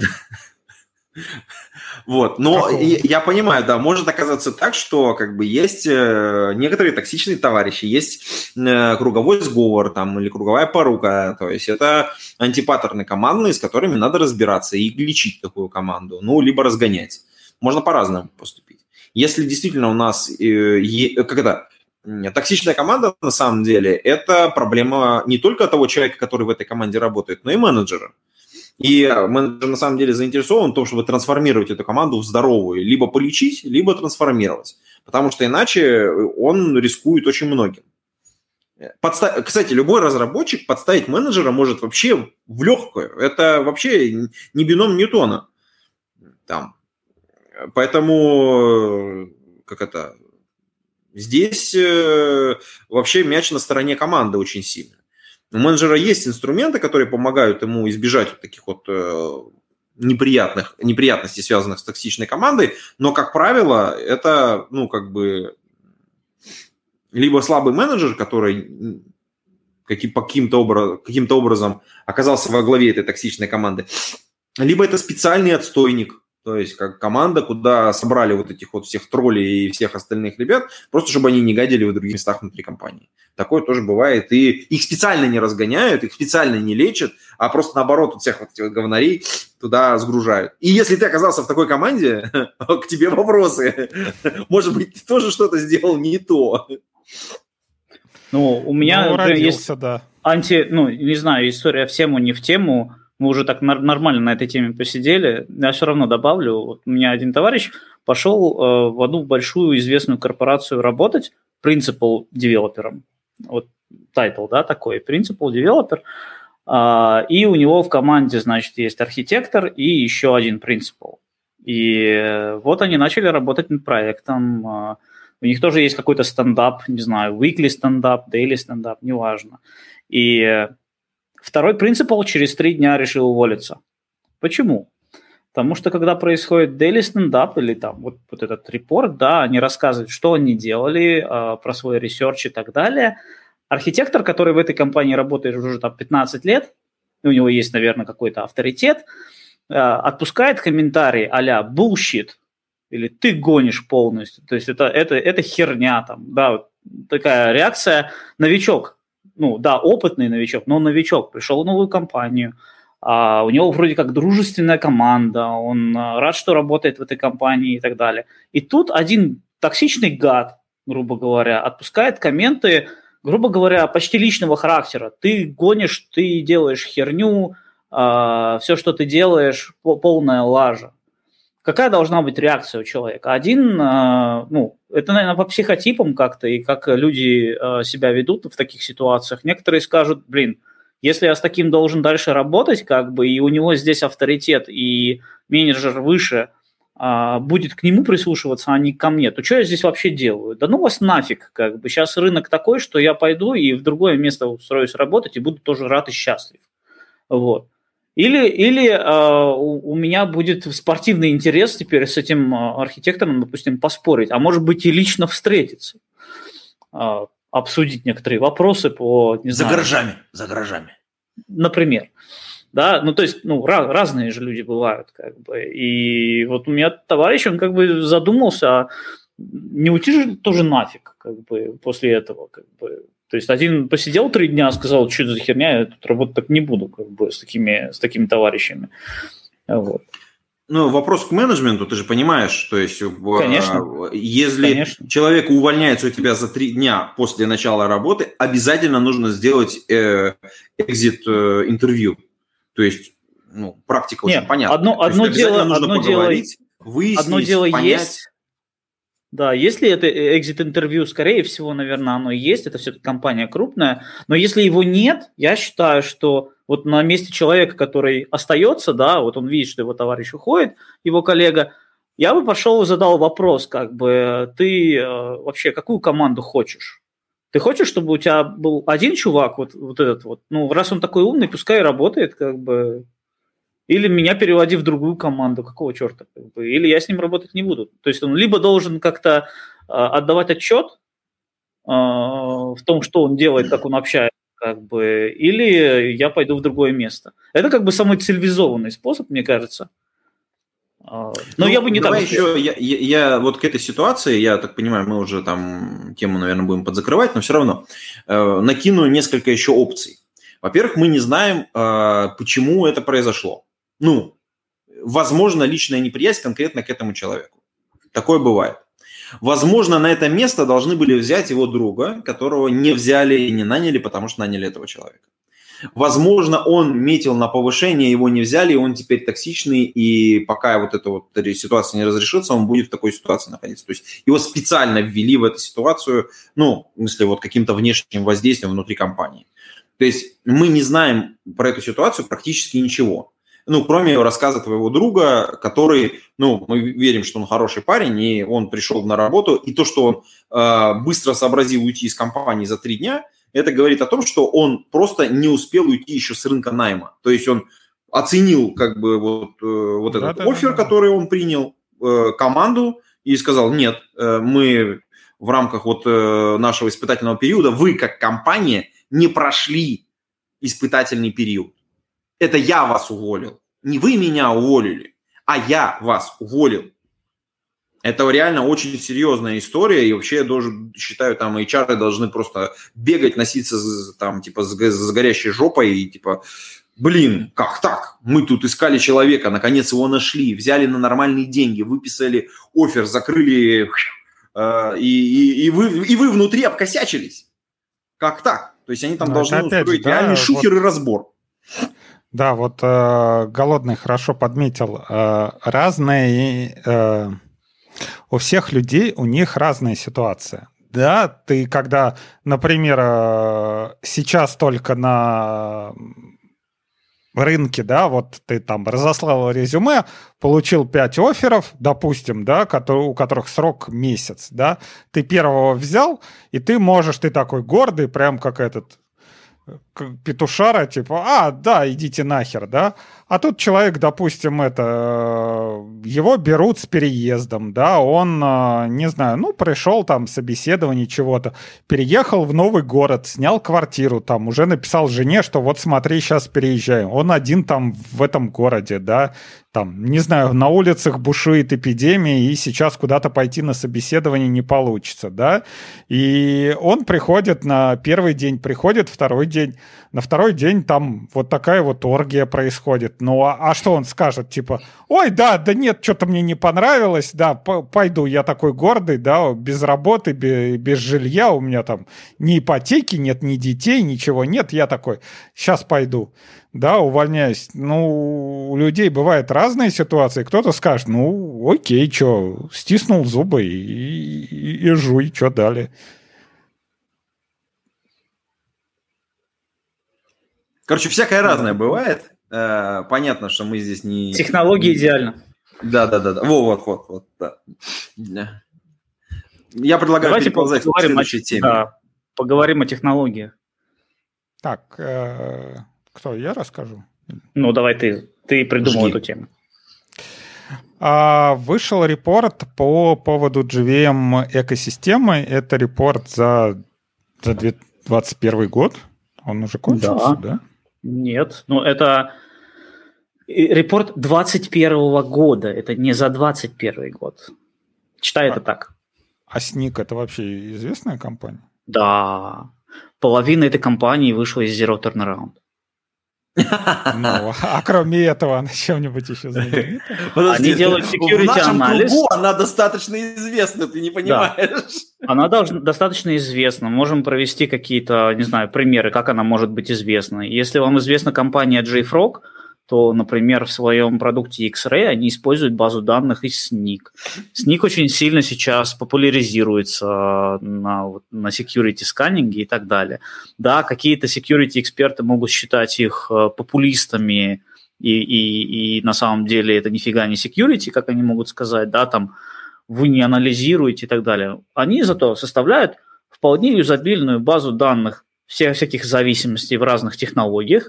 Вот, но я понимаю, да, может оказаться так, что как бы есть некоторые токсичные товарищи, есть круговой сговор там или круговая порука, то есть это антипаттерны командные, с которыми надо разбираться и лечить такую команду, ну, либо разгонять. Можно по-разному поступить. Если действительно у нас токсичная команда, на самом деле, это проблема не только того человека, который в этой команде работает, но и менеджера. И менеджер на самом деле заинтересован в том, чтобы трансформировать эту команду в здоровую. Либо полечить, либо трансформировать. Потому что иначе он рискует очень многим. Кстати, любой разработчик подставить менеджера может вообще в легкую. Это вообще не бином Ньютона. Там. Поэтому здесь вообще мяч на стороне команды очень сильно. У менеджера есть инструменты, которые помогают ему избежать вот таких вот неприятностей, связанных с токсичной командой, но, как правило, это, либо слабый менеджер, который каким-то образом оказался во главе этой токсичной команды, либо это специальный отстойник, то есть как команда, куда собрали вот этих вот всех троллей и всех остальных ребят, просто чтобы они не гадили в других местах внутри компании. Такое тоже бывает. И их специально не разгоняют, их специально не лечат, а просто наоборот вот всех вот этих вот говнарей туда сгружают. И если ты оказался в такой команде, к тебе вопросы. Может быть, ты тоже что-то сделал не то. У меня есть не знаю, история в тему, не в тему. Мы уже так нормально на этой теме посидели. Я все равно добавлю. Вот у меня один товарищ пошел в одну большую известную корпорацию работать principal девелопером. Вот тайтл, да, такой, principal developer. И у него в команде, значит, есть архитектор и еще один principal. И вот они начали работать над проектом. У них тоже есть какой-то стендап, не знаю, weekly стендап, daily стендап, неважно. И второй принципал через 3 дня решил уволиться. Почему? Потому что когда происходит daily стендап или там вот этот репорт, да, они рассказывают, что они делали, про свой ресерч и так далее. Архитектор, который в этой компании работает уже там 15 лет, у него есть, наверное, какой-то авторитет, отпускает комментарий а-ля bullshit, или ты гонишь полностью. То есть это херня там, да, вот такая реакция. Новичок, опытный новичок, но новичок, пришел в новую компанию, у него вроде как дружественная команда, он рад, что работает в этой компании и так далее. И тут один токсичный гад, грубо говоря, отпускает комменты, грубо говоря, почти личного характера. Ты гонишь, ты делаешь херню, все, что ты делаешь, полная лажа. Какая должна быть реакция у человека? Один, это, наверное, по психотипам как-то, и как люди себя ведут в таких ситуациях. Некоторые скажут, если я с таким должен дальше работать, и у него здесь авторитет, и менеджер выше будет к нему прислушиваться, а не ко мне, то что я здесь вообще делаю? Да ну вас нафиг, Сейчас рынок такой, что я пойду и в другое место устроюсь работать, и буду тоже рад и счастлив. Вот. Или у меня будет спортивный интерес теперь с этим архитектором, допустим, поспорить, а может быть и лично встретиться, обсудить некоторые вопросы по, не знаю... За гаражами. Например. Да, то есть, разные же люди бывают, И вот у меня товарищ, он задумался, не уйти же тоже нафиг, после этого, То есть один посидел 3 дня, сказал, что это за херня, я тут работать так не буду, с такими товарищами. Вот. Вопрос к менеджменту, ты же понимаешь, то есть, Конечно. Если человек увольняется у тебя за 3 дня после начала работы, обязательно нужно сделать экзит-интервью. То есть, практика очень понятна. Одно дело поговорить, выяснить, понять. Есть. Да, если это экзит-интервью, скорее всего, наверное, оно и есть, это все-таки компания крупная, но если его нет, я считаю, что вот на месте человека, который остается, да, вот он видит, что его товарищ уходит, его коллега, я бы пошел и задал вопрос, ты вообще какую команду хочешь? Ты хочешь, чтобы у тебя был один чувак, вот этот вот, раз он такой умный, пускай работает, или меня переводи в другую команду, какого черта, или я с ним работать не буду. То есть он либо должен как-то отдавать отчет в том, что он делает, как он общается, или я пойду в другое место. Это самый цивилизованный способ, мне кажется. Но я бы не давай еще, я вот к этой ситуации, я так понимаю, мы уже там тему, наверное, будем подзакрывать, но все равно накину несколько еще опций. Во-первых, мы не знаем, почему это произошло. Возможно, личная неприязнь конкретно к этому человеку. Такое бывает. Возможно, на это место должны были взять его друга, которого не взяли и не наняли, потому что наняли этого человека. Возможно, он метил на повышение, его не взяли, и он теперь токсичный, и пока вот эта вот ситуация не разрешится, он будет в такой ситуации находиться. То есть его специально ввели в эту ситуацию, ну, в смысле, вот каким-то внешним воздействием внутри компании. То есть мы не знаем про эту ситуацию практически ничего. Ну, кроме рассказа твоего друга, который, ну, мы верим, что он хороший парень, и он пришел на работу, и то, что он быстро сообразил уйти из компании за 3 дня, это говорит о том, что он просто не успел уйти еще с рынка найма. То есть он оценил как бы вот этот оффер, который он принял, команду, и сказал, нет, мы в рамках вот нашего испытательного периода, вы как компания не прошли испытательный период. Это я вас уволил. Не вы меня уволили, а я вас уволил. Это реально очень серьезная история, и вообще я тоже считаю, там HR должны просто бегать, носиться там типа с горящей жопой и типа, блин, как так? Мы тут искали человека, наконец его нашли, взяли на нормальные деньги, выписали оффер, закрыли, и вы внутри обкосячились. Как так? То есть они там должны устроить реальный шухер и разбор. Да, вот Голодный хорошо подметил. Разные... У всех людей, у них разная ситуация. Да, ты когда, например, сейчас только на рынке, да, вот ты там разослал резюме, получил 5 офферов, допустим, да, у которых срок месяц, да, ты первого взял, и ты можешь, ты такой гордый, прям как этот петушара, типа, да, идите нахер, да. А тут человек, допустим, его берут с переездом, да, он, не знаю, пришел там собеседование чего-то, переехал в новый город, снял квартиру, там, уже написал жене, что вот смотри, сейчас переезжаем. Он один там в этом городе, да, там, не знаю, на улицах бушует эпидемия, и сейчас куда-то пойти на собеседование не получится, да. И он приходит на первый день, приходит второй день, на второй день там вот такая вот оргия происходит. Ну, а что он скажет? Типа, ой, да нет, что-то мне не понравилось, да, пойду, я такой гордый, да, без работы, без жилья, у меня там ни ипотеки нет, ни детей, ничего нет, я такой, сейчас пойду, да, увольняюсь. Ну, у людей бывают разные ситуации, кто-то скажет, ну, окей, что, стиснул зубы и жуй, что далее. Короче, всякое разное бывает. Понятно, что мы здесь не... Технология идеальна. Да. Вот. Да. Я предлагаю давайте переползать к следующей теме. Да, поговорим о технологиях. Так, кто? Я расскажу? Ну, давай ты. Ты придумал эту тему. Вышел репорт по поводу JVM экосистемы. Это репорт за 2021 год. Он уже кончился, да? Нет, это репорт 2021 года, это не за 2021 год. Читай это так. А Snyk это вообще известная компания? Да, половина этой компании вышла из Zero Turnaround. Ну, а кроме этого, она чем-нибудь еще знаменита? Они делают security анализ. Она достаточно известна, ты не понимаешь. Да. Она достаточно известна. Можем провести какие-то, не знаю, примеры, как она может быть известна. Если вам известна компания JFrog, то, например, в своем продукте X-Ray они используют базу данных из Snyk. Snyk очень сильно сейчас популяризируется на security сканинге и так далее. Да, какие-то security эксперты могут считать их популистами, и на самом деле это нифига не security, как они могут сказать, да, там вы не анализируете и так далее. Они зато составляют вполне юзабильную базу данных всяких зависимостей в разных технологиях.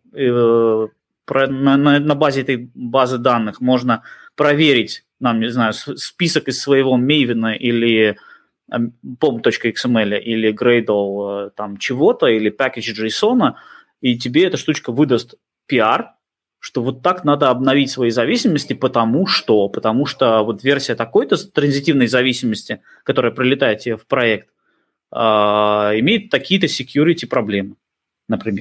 На базе этой базы данных можно проверить, не знаю, список из своего Maven или pom.xml или Gradle там чего-то, или package JSON, и тебе эта штучка выдаст PR, что вот так надо обновить свои зависимости, потому что вот версия такой-то транзитивной зависимости, которая прилетает тебе в проект, имеет такие-то security проблемы, например.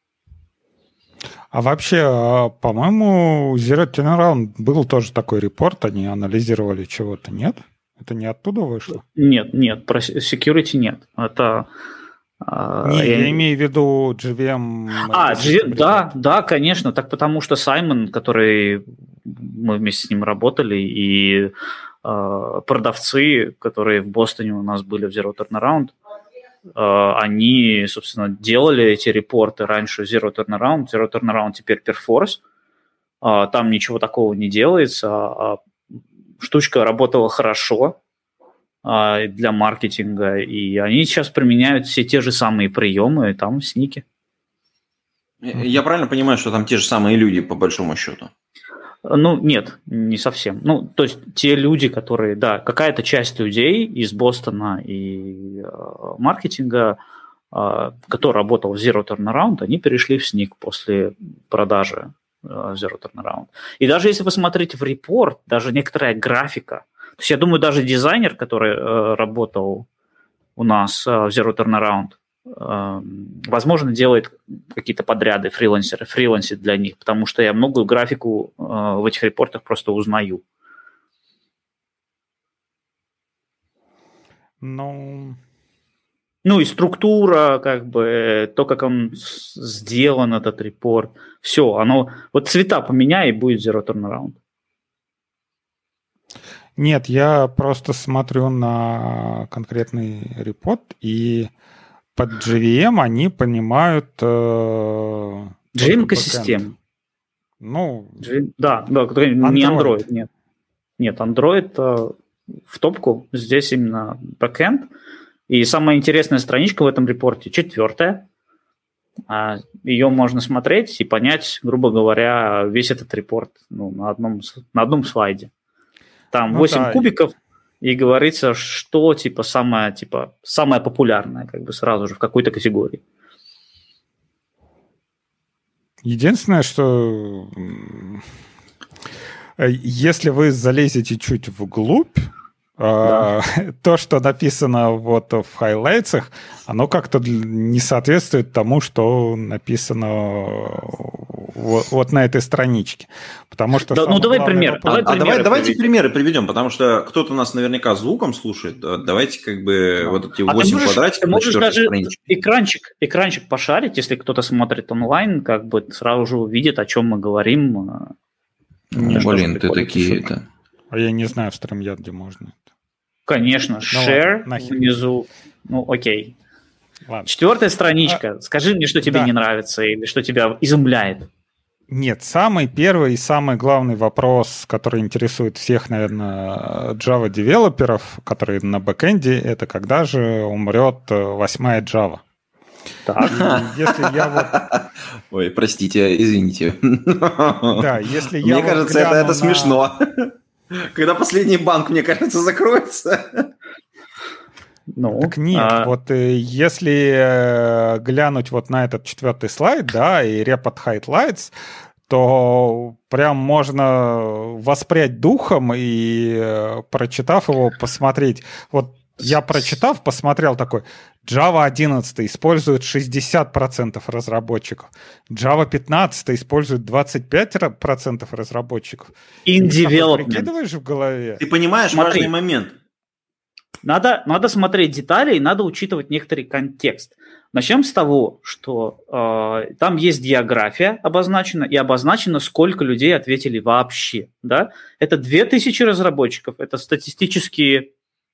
А вообще, по-моему, Zero Turnaround был тоже такой репорт, они анализировали чего-то, нет? Это не оттуда вышло? Нет, про security нет. Это Я имею в виду JVM. Да, конечно. Так потому что Саймон, который мы вместе с ним работали, и продавцы, которые в Бостоне у нас были в Zero Turnaround, они, собственно, делали эти репорты раньше в Zero Turnaround. Zero Turnaround теперь Perforce. Там ничего такого не делается. Штучка работала хорошо для маркетинга, и они сейчас применяют все те же самые приемы там в Снике. Я правильно понимаю, что там те же самые люди, по большому счету? Ну, нет, не совсем. Ну, то есть те люди, которые, да, какая-то часть людей из Бостона и маркетинга, который работал в Zero Turnaround, они перешли в Snyk после продажи Zero Turnaround. И даже если посмотреть в репорт, даже некоторая графика, то есть я думаю, даже дизайнер, который работал у нас в Zero Turnaround, возможно, делает какие-то подряды, фрилансит для них, потому что я многую графику в этих репортах просто узнаю. Ну, и структура, как бы, то, как он сделан, этот репорт, все, оно, вот цвета поменяй, и будет Zero Turnaround. Нет, я просто смотрю на конкретный репорт, и под JVM они понимают... JVM-экосистему. Ну... Да, не Android, нет. Нет, Android в топку, здесь именно бэкэнд. И самая интересная страничка в этом репорте 4. Ее можно смотреть и понять, грубо говоря, весь этот репорт на одном слайде. Там 8 кубиков, и говорится, что самое популярное, как бы сразу же в какой-то категории. Единственное, что если вы залезете чуть вглубь, то, что написано вот в хайлайтсах, оно как-то не соответствует тому, что написано вот на этой страничке. Потому что давай пример. Давайте примеры приведем, потому что кто-то нас наверняка звуком слушает. Давайте как бы вот эти 8 квадратиков. Ты можешь даже экранчик пошарить, если кто-то смотрит онлайн, как бы сразу же увидит, о чем мы говорим. Блин, ты такие-то... А я не знаю, в StreamYard, где можно. Конечно, share внизу. Окей. Ладно. 4 страничка. Скажи мне, что тебе не нравится или что тебя изумляет. Нет, самый первый и самый главный вопрос, который интересует всех, наверное, Java-девелоперов, которые на бэкэнде, это когда же умрет 8-я Java. Так. Если я вот... Ой, простите, извините. Да, если я... Мне кажется, это смешно. Когда последний банк, мне кажется, закроется. Так нет, вот если глянуть вот на этот 4 слайд, да, и report highlights, то прям можно воспрять духом и, прочитав его, посмотреть. Вот я, прочитав, посмотрел такой, Java 11 использует 60% разработчиков, Java 15 использует 25% разработчиков. In development. Прикидываешь в голове? Ты понимаешь важный момент. Надо смотреть детали и надо учитывать некоторый контекст. Начнем с того, что там есть география обозначена, и обозначено, сколько людей ответили вообще. Да? Это 2000 разработчиков, это статистически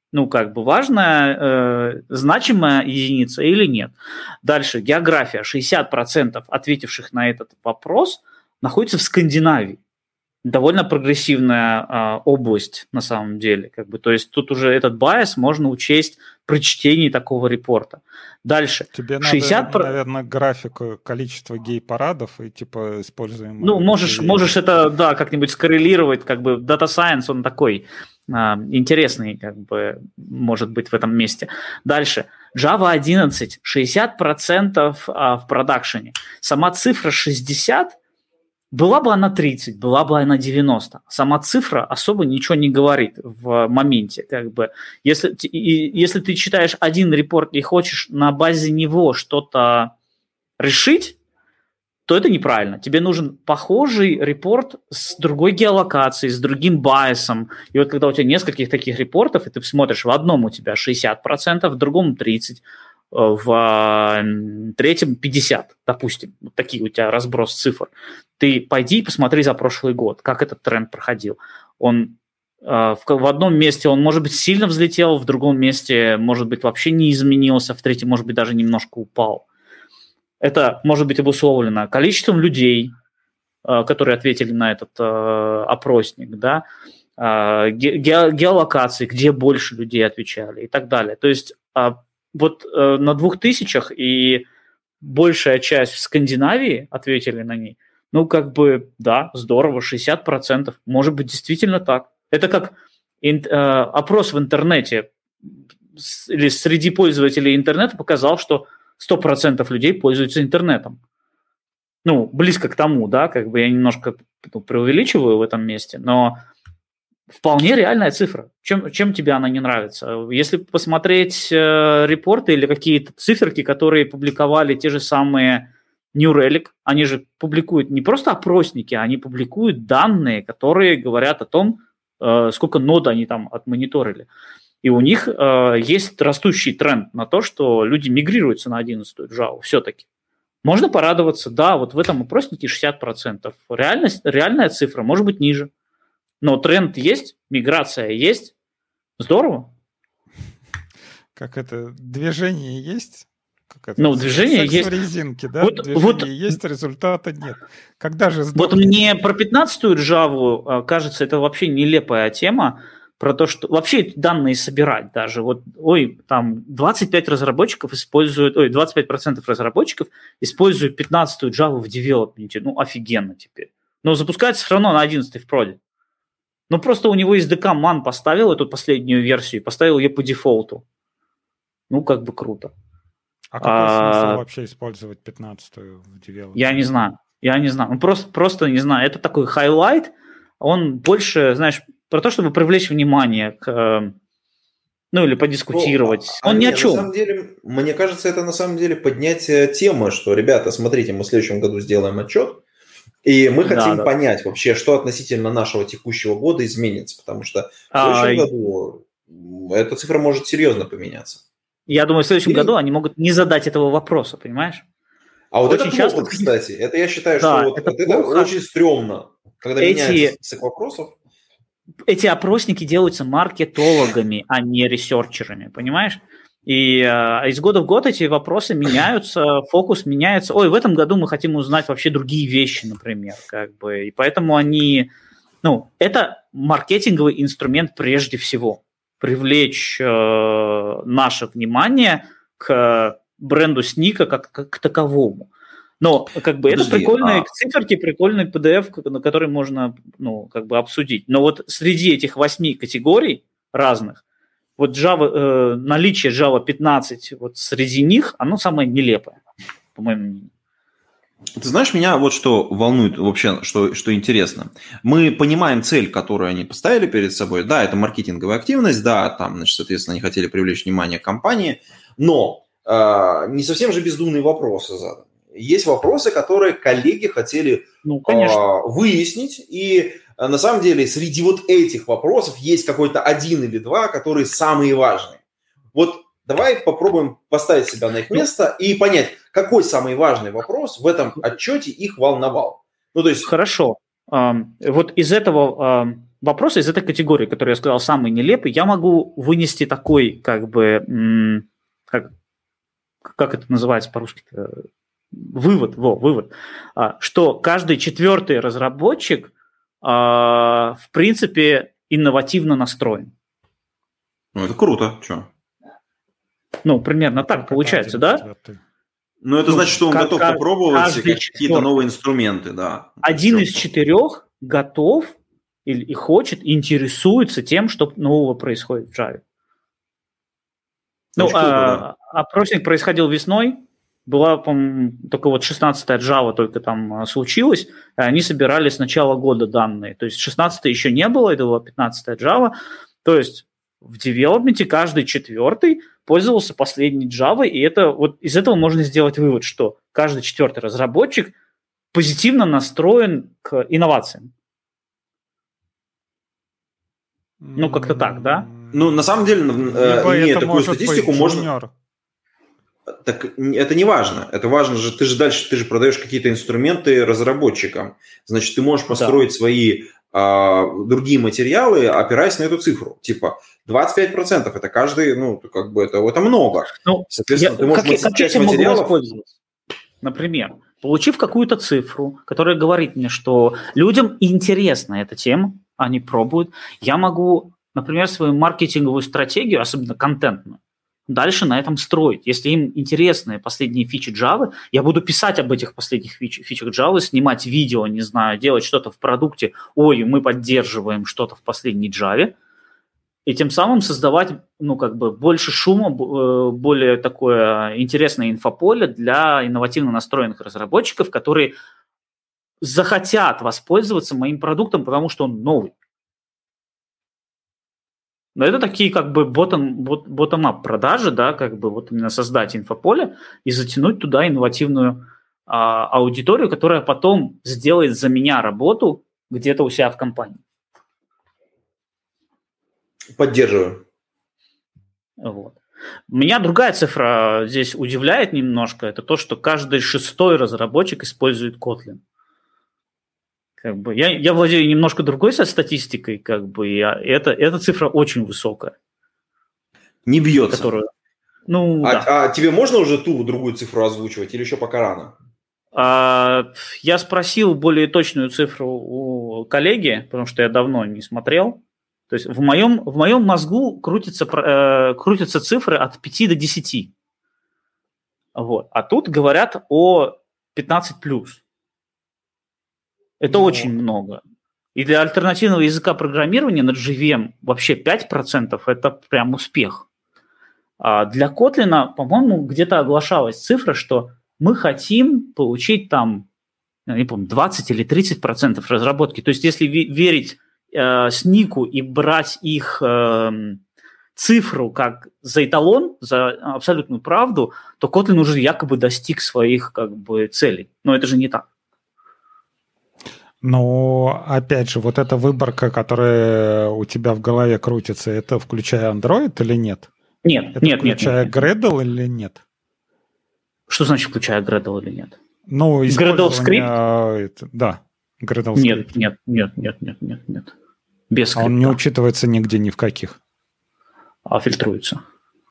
важная, значимая единица или нет. Дальше, география. 60% ответивших на этот вопрос находится в Скандинавии. Довольно прогрессивная область на самом деле. То есть тут уже этот байс можно учесть при чтении такого репорта. Дальше. Тебе 60... надо, наверное, график количества гей-парадов и используем... Можешь это, как-нибудь скоррелировать, Data Science, он такой интересный, может быть в этом месте. Дальше. Java 11, 60% в продакшене. Сама цифра 60, была бы она 30, была бы она 90. Сама цифра особо ничего не говорит в моменте. Если ты читаешь один репорт и хочешь на базе него что-то решить, то это неправильно. Тебе нужен похожий репорт с другой геолокацией, с другим байсом. И вот когда у тебя нескольких таких репортов, и ты смотришь, в одном у тебя 60%, в другом 30%, в третьем 50, допустим. Вот такие у тебя разброс цифр. Ты пойди и посмотри за прошлый год, как этот тренд проходил. Он в одном месте он, может быть, сильно взлетел, в другом месте, может быть, вообще не изменился, в третьем, может быть, даже немножко упал. Это может быть обусловлено количеством людей, которые ответили на этот опросник, да, геолокации, где больше людей отвечали и так далее. То есть вот на 2000-х и большая часть в Скандинавии ответили на ней. Ну, как бы, да, здорово, 60%. Может быть, действительно так. Это как опрос в интернете или среди пользователей интернета показал, что 100% людей пользуются интернетом. Ну, близко к тому, да, как бы я немножко преувеличиваю в этом месте, но вполне реальная цифра. Чем тебе она не нравится? Если посмотреть репорты или какие-то циферки, которые публиковали те же самые New Relic, они же публикуют не просто опросники, они публикуют данные, которые говорят о том, сколько нод они там отмониторили. И у них есть растущий тренд на то, что люди мигрируются на 11-ю Java все-таки. Можно порадоваться, да, вот в этом опроснике 60%. Реальная цифра может быть ниже. Но тренд есть, миграция есть. Здорово. Как это, движение есть? Как это, ну, движение есть. В резинке, да? Движение есть, результата нет. Когда же здорово? Вот мне про 15-ю Java кажется, это вообще нелепая тема. Про то, что вообще данные собирать даже. Вот, там 25 разработчиков используют, 25% разработчиков используют 15-ю Java в девелопменте. Ну, офигенно теперь. Но запускается все равно на 11-й в проде. Ну, просто у него SDK man поставил эту последнюю версию, поставил ее по дефолту. Ну, как бы круто. А какой смысл вообще использовать 15-ю в девелопменте? Я не знаю. Ну, просто не знаю. Это такой хайлайт. Он больше, знаешь, про то, чтобы привлечь внимание к, или подискутировать. Он ни о чем. На самом деле, мне кажется, это на самом деле поднятие темы, что, ребята, смотрите, мы в следующем году сделаем отчет, и мы хотим понять вообще, что относительно нашего текущего года изменится, потому что в следующем году эта цифра может серьезно поменяться. Я думаю, в следующем году они могут не задать этого вопроса, понимаешь? А вот очень это часто, кстати. Это я считаю, что это очень стрёмно, когда меняется список вопросов. Эти опросники делаются маркетологами, а не ресерчерами, понимаешь? И из года в год эти вопросы меняются, фокус меняется. В этом году мы хотим узнать вообще другие вещи, например, как бы. И поэтому они, это маркетинговый инструмент прежде всего. Привлечь наше внимание к бренду сника как к таковому. Но как бы это прикольные циферки, прикольный PDF, на который можно обсудить. Но вот среди этих 8 категорий разных, вот Java, наличие Java 15 вот среди них, оно самое нелепое, по моему мнению. Ты знаешь, меня вот что волнует вообще, что интересно. Мы понимаем цель, которую они поставили перед собой. Да, это маркетинговая активность, да, там, значит, соответственно, они хотели привлечь внимание компании, но не совсем же бездумные вопросы заданы. Есть вопросы, которые коллеги хотели выяснить, и на самом деле среди вот этих вопросов есть какой-то один или два, которые самые важные. Вот давай попробуем поставить себя на их место и понять, какой самый важный вопрос в этом отчете их волновал. Ну, то есть... Хорошо. Вот из этого вопроса, из этой категории, которую я сказал, самый нелепый, я могу вынести такой, как это называется по-русски-то? Вывод, что каждый четвертый разработчик, в принципе, инновативно настроен. Ну, это круто. Что? Примерно так получается, да? Ну, это значит, что он готов попробовать какие-то новые инструменты, да. Один из 4 готов и хочет, интересуется тем, что нового происходит в Java. Опросник происходил весной. Была, по-моему, только вот 16-я Java только там случилась, они собирали с начала года данные. То есть 16-й еще не было, это была 15-я Java. То есть в девелопменте каждый четвертый пользовался последней Java, и это вот из этого можно сделать вывод, что каждый четвертый разработчик позитивно настроен к инновациям. Как-то так, да? На самом деле, имея такую статистику, можно... Так это не важно. Это важно же, ты же продаешь какие-то инструменты разработчикам. Значит, ты можешь построить свои другие материалы, опираясь на эту цифру. Типа 25% это каждый, это много. Соответственно, ты можешь часть материалов... Например, получив какую-то цифру, которая говорит мне, что людям интересна эта тема, они пробуют, я могу, например, свою маркетинговую стратегию, особенно контентную, дальше на этом строить. Если им интересны последние фичи Java, я буду писать об этих последних фичах Java, снимать видео, не знаю, делать что-то в продукте. Ой, мы поддерживаем что-то в последней Java. И тем самым создавать, больше шума, более такое интересное инфополе для инновативно настроенных разработчиков, которые захотят воспользоваться моим продуктом, потому что он новый. Но это такие bottom-up продажи, да, именно создать инфополе и затянуть туда инновативную аудиторию, которая потом сделает за меня работу где-то у себя в компании. Поддерживаю. Вот. Меня другая цифра здесь удивляет немножко. Это то, что каждый 6-й разработчик использует Kotlin. Я владею немножко другой статистикой, и эта цифра очень высокая. Не бьется. Да. А тебе можно уже ту другую цифру озвучивать или еще пока рано? Я спросил более точную цифру у коллеги, потому что я давно не смотрел. То есть в моем мозгу крутятся цифры от 5 до 10. Вот. А тут говорят о 15+. Это очень много. И для альтернативного языка программирования на JVM вообще 5% – это прям успех. А для Kotlin, по-моему, где-то оглашалась цифра, что мы хотим получить там, я не помню, 20 или 30% разработки. То есть если верить SNCF и брать их цифру как за эталон, за абсолютную правду, то Kotlin уже якобы достиг своих целей. Но это же не так. Но, опять же, вот эта выборка, которая у тебя в голове крутится, это включая Android или нет? Нет, это нет. Включая Gradle или нет? Что значит включая Gradle или нет? Gradle скрипт? Да, Gradle скрипт. Нет. Без скрипта. Он не учитывается нигде ни в каких. А фильтруется.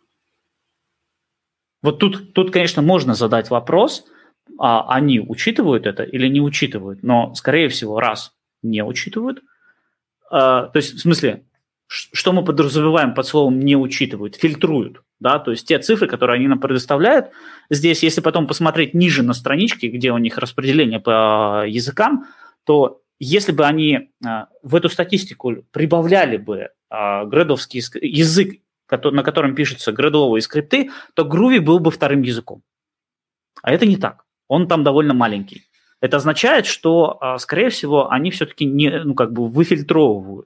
Вот тут, конечно, можно задать вопрос, а они учитывают это или не учитывают, но, скорее всего, раз не учитывают, то есть, в смысле, что мы подразумеваем под словом «не учитывают»? Фильтруют, да, то есть те цифры, которые они нам предоставляют, здесь, если потом посмотреть ниже на страничке, где у них распределение по языкам, то если бы они в эту статистику прибавляли бы грэдловский язык, на котором пишутся грэдловые скрипты, то Groovy был бы вторым языком. А это не так. Он там довольно маленький. Это означает, что, скорее всего, они все-таки выфильтровывают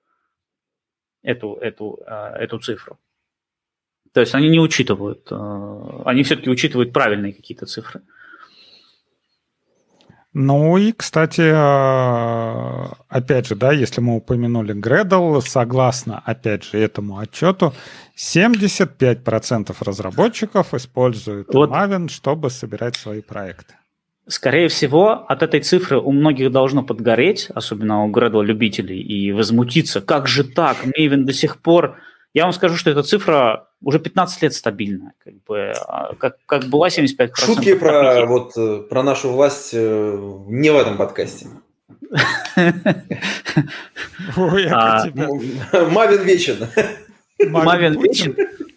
эту цифру. То есть они не учитывают, они все-таки учитывают правильные какие-то цифры. Ну и, кстати, опять же, да, если мы упомянули Gradle, согласно, опять же, этому отчету, 75% разработчиков используют Maven, чтобы собирать свои проекты. Скорее всего, от этой цифры у многих должно подгореть, особенно у Gradle-любителей, и возмутиться. Как же так? Maven до сих пор... Я вам скажу, что эта цифра уже 15 лет стабильная. Как была 75%. Шутки про нашу власть не в этом подкасте. Maven вечен. Maven вечен.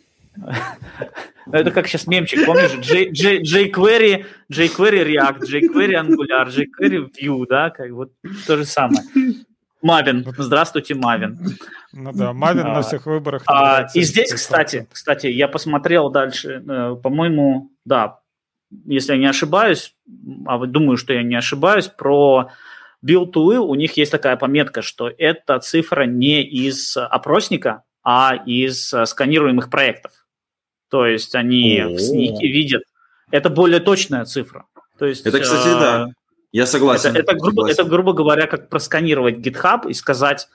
Это как сейчас мемчик, помнишь? jQuery React, jQuery Angular, jQuery Vue, да? То же самое. Maven. Здравствуйте, Maven. Ну да, Maven на всех выборах. И здесь, кстати, я посмотрел дальше, по-моему, да, если я не ошибаюсь, думаю, что я не ошибаюсь, про build-to-will у них есть такая пометка, что это цифра не из опросника, а из сканируемых проектов. То есть они в снике видят. Это более точная цифра. То есть, это, кстати, да. Я согласен. Это, грубо говоря, как просканировать GitHub и сказать,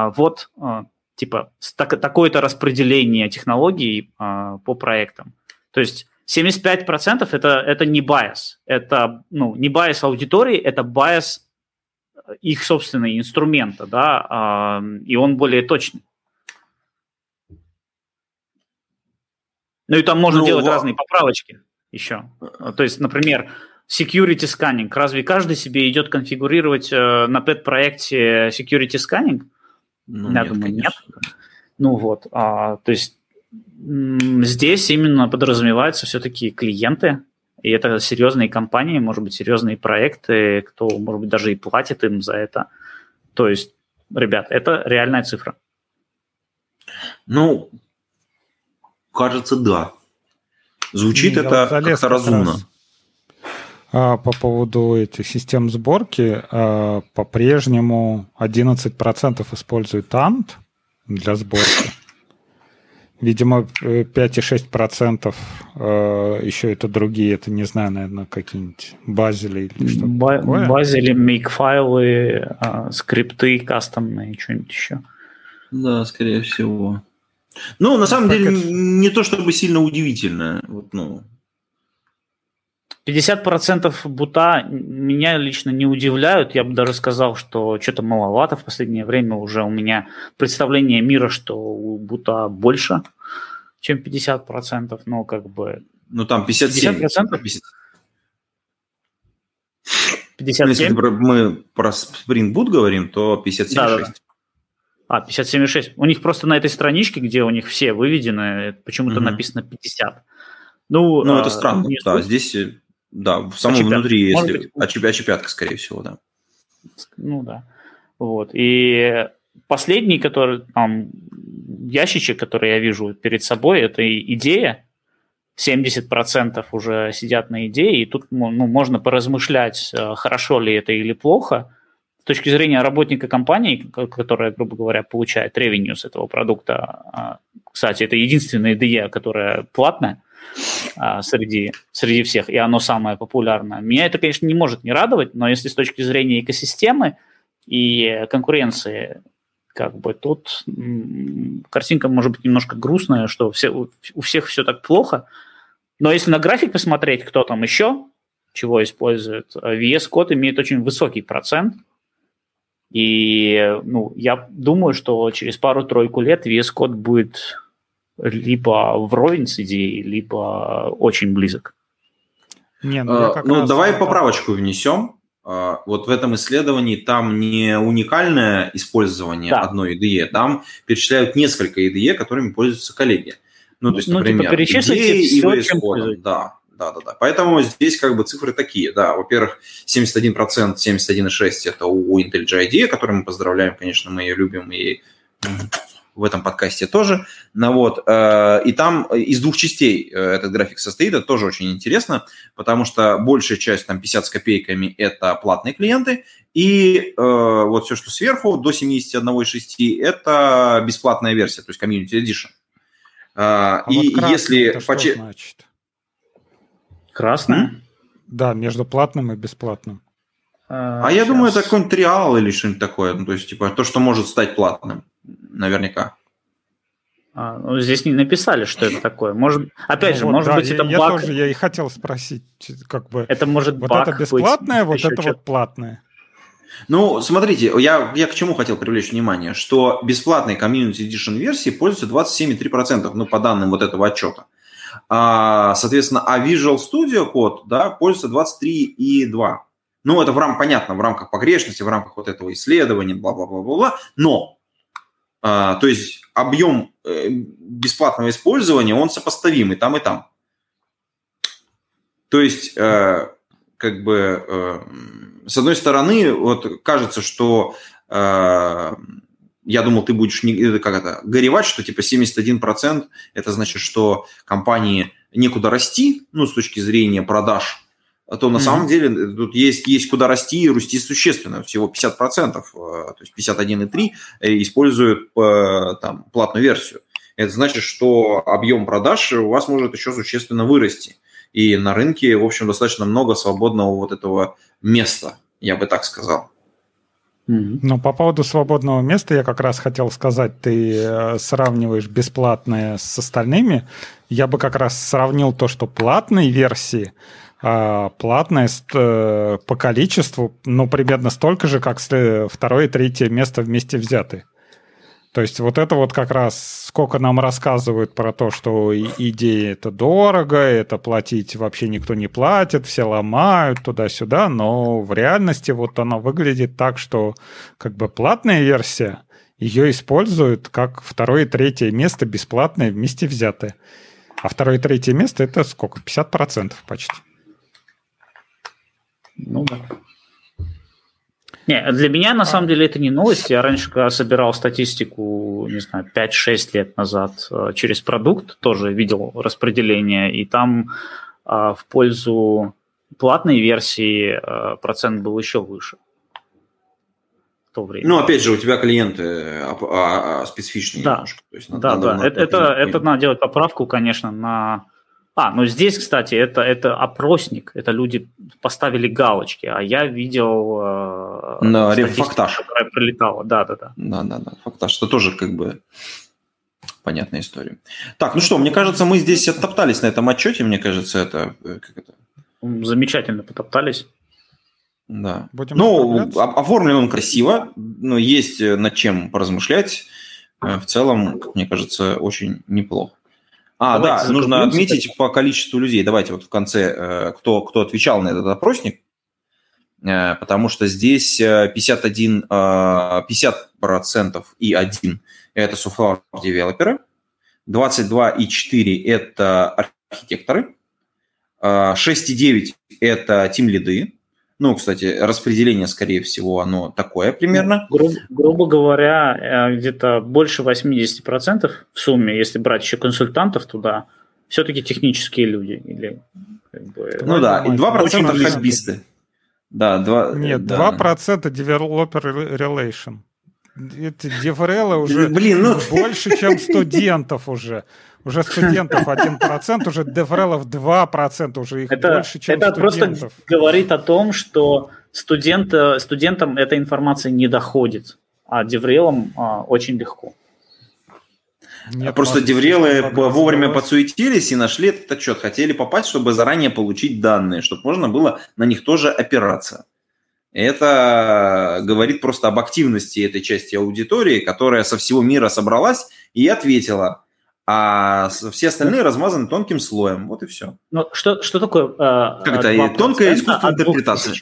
такое-то распределение технологий по проектам. То есть 75% это не bias. Это не bias аудитории, это bias их собственного инструмента, да, и он более точный. Ну и там можно делать разные поправочки еще. То есть, например, security scanning. Разве каждый себе идет конфигурировать на пэт-проекте security scanning? Я думаю, нет. Ну вот. То есть здесь именно подразумеваются все-таки клиенты, и это серьезные компании, может быть, серьезные проекты, кто, может быть, даже и платит им за это. То есть, ребят, это реальная цифра. Ну, кажется, да. Звучит это как-то разумно. По поводу этих систем сборки, по-прежнему 11% используют ANT для сборки. Видимо, 5,6% еще это другие, это, не знаю, наверное, какие-нибудь базили или что-то такое. Базили, мейк-файлы, скрипты кастомные, что-нибудь еще. Да, скорее всего. Ну, на самом деле, не то чтобы сильно удивительно. 50% бута меня лично не удивляют. Я бы даже сказал, что что-то маловато в последнее время. Уже у меня представление мира, что у бута больше, чем 50%. Но как бы... Ну, там 57%. 50%? 57%? Если мы про Spring Boot говорим, то 57,6%. Да. 57,6%. У них просто на этой страничке, где у них все выведены, почему-то написано 50%. Ну, это странно. Да, здесь... Да, в самом внутри, если очепятка, скорее всего, да. Ну да. Вот. И последний, который ящичек, который я вижу перед собой, это идея. 70% уже сидят на идее, и тут можно поразмышлять, хорошо ли это или плохо. С точки зрения работника компании, которая, грубо говоря, получает ревенью с этого продукта. Кстати, это единственная IDE, которая платная. Среди всех, и оно самое популярное. Меня это, конечно, не может не радовать, но если с точки зрения экосистемы и конкуренции, как бы тут картинка может быть немножко грустная, что у всех все так плохо. Но если на график посмотреть, кто там еще, чего использует, VS Code имеет очень высокий процент. И я думаю, что через пару-тройку лет VS Code будет... либо вровень с идеей, либо очень близок. Давай поправочку внесем. Вот в этом исследовании там не уникальное использование одной IDE, там перечисляют несколько IDE, которыми пользуются коллеги. То есть, например, перечислите все, чем пользуются. Да. Поэтому здесь как бы цифры такие. Да, во-первых, 71%, 71,6% это у IntelliJ IDE, которую мы поздравляем, конечно, мы ее любим и в этом подкасте тоже. И там из двух частей этот график состоит. Это тоже очень интересно, потому что большая часть, там 50 с копейками, это платные клиенты, и вот все, что сверху, до 71,6, это бесплатная версия, то есть Community Edition. И вот если... Это что значит? Красное? Да, между платным и бесплатным. Я думаю, это какой-нибудь триал или что-нибудь такое. То есть, типа, то, что может стать платным. Наверняка. Здесь не написали, что это такое. Может быть, это баг. Я и хотел спросить, как бы... Это может вот баг это бесплатное, быть, вот это вот платное. Смотрите, я к чему хотел привлечь внимание, что бесплатной Community Edition версии пользуются 27,3%, по данным вот этого отчета. Соответственно, Visual Studio Code, да, пользуется 23,2%. Это понятно, в рамках погрешности, в рамках вот этого исследования, бла-бла-бла-бла-бла, но, то есть, объем бесплатного использования, он сопоставим и там, и там. То есть, с одной стороны, вот кажется, что я думал, ты будешь горевать, что типа 71% это значит, что компании некуда расти, с точки зрения продаж, то на самом деле тут есть куда расти и расти существенно. Всего 50%, то есть 51,3% используют платную версию. Это значит, что объем продаж у вас может еще существенно вырасти. И на рынке, в общем, достаточно много свободного вот этого места, я бы так сказал. Но по поводу свободного места я как раз хотел сказать, ты сравниваешь бесплатное с остальными. Я бы как раз сравнил то, что платные версии, платные по количеству, ну, примерно столько же, как второе и третье место вместе взятые. То есть вот это вот как раз сколько нам рассказывают про то, что идея это дорого, это платить вообще никто не платит, все ломают туда-сюда, но в реальности вот она выглядит так, что как бы платная версия, ее используют как второе и третье место бесплатное вместе взятые. А второе и третье место это сколько? 50% почти. Ну да. Не, для меня, на самом деле, это не новость. Я раньше, когда собирал статистику, не знаю, 5-6 лет назад через продукт, тоже видел распределение, и там в пользу платной версии процент был еще выше в то время. Ну, опять же, у тебя клиенты специфичные немножко. То есть это надо делать поправку, конечно, на... ну здесь, кстати, это опросник, это люди поставили галочки, а я видел фактаж, которая прилетала. Да. Да, фактаж, это тоже как бы понятная история. Так, ну что, мне кажется, мы здесь оттоптались на этом отчете, мне кажется, это... Как это? Замечательно потоптались. Да. Оформлен он красиво, но есть над чем поразмышлять. В целом, мне кажется, очень неплохо. Нужно отметить по количеству людей. Давайте вот в конце, кто отвечал на этот опросник, потому что здесь 50% и 1 – это software-девелоперы, 22,4 – это архитекторы, 6,9 – это тимлиды. Ну, кстати, распределение, скорее всего, оно такое примерно. Грубо говоря, где-то больше 80% в сумме, если брать еще консультантов туда, все-таки технические люди. Или, и 2% хоббисты. Да, 2% developer relation. Эти деврелы уже больше, чем студентов уже. Уже студентов 1%, уже деврелов 2%, уже их больше, чем это студентов. Это просто говорит о том, что студентам эта информация не доходит, а деврелам очень легко. Просто деврелы вовремя подсуетились и нашли этот отчет. Хотели попасть, чтобы заранее получить данные, чтобы можно было на них тоже опираться. Это говорит просто об активности этой части аудитории, которая со всего мира собралась и ответила. А все остальные размазаны тонким слоем. Вот и все. Ну, что такое? Как это? Тонкая искусственная интерпретация.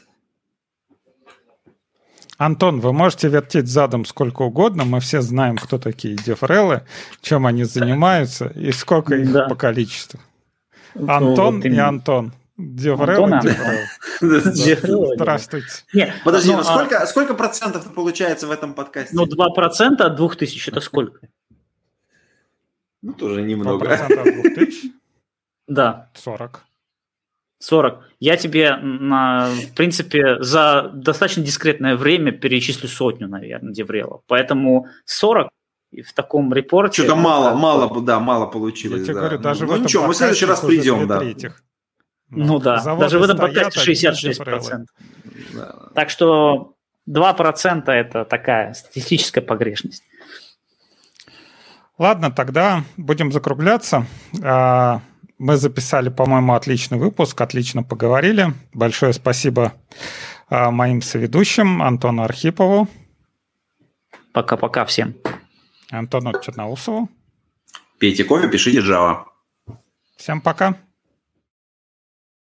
Антон, вы можете вертеть задом сколько угодно. Мы все знаем, кто такие деврелы, чем они занимаются и сколько их по количеству. Антон и Антон. Деврелы. Здравствуйте. Подожди, сколько процентов получается в этом подкасте? 2% от 2000 это сколько? Ну, тоже немного. 2% от 2000? Да. 40. Я тебе, в принципе, за достаточно дискретное время перечислю 100, наверное, деврелов. Поэтому 40 в таком репорте... Что-то мало получилось. Я тебе говорю, даже в этом ничего, мы в следующий раз придем, да. Даже в этом подкасте 66%. Так что 2% это такая статистическая погрешность. Ладно, тогда будем закругляться. Мы записали, по-моему, отличный выпуск, отлично поговорили. Большое спасибо моим соведущим Антону Архипову. Пока-пока всем. Антону Черноусову. Пейте кофе, пишите Java. Всем пока.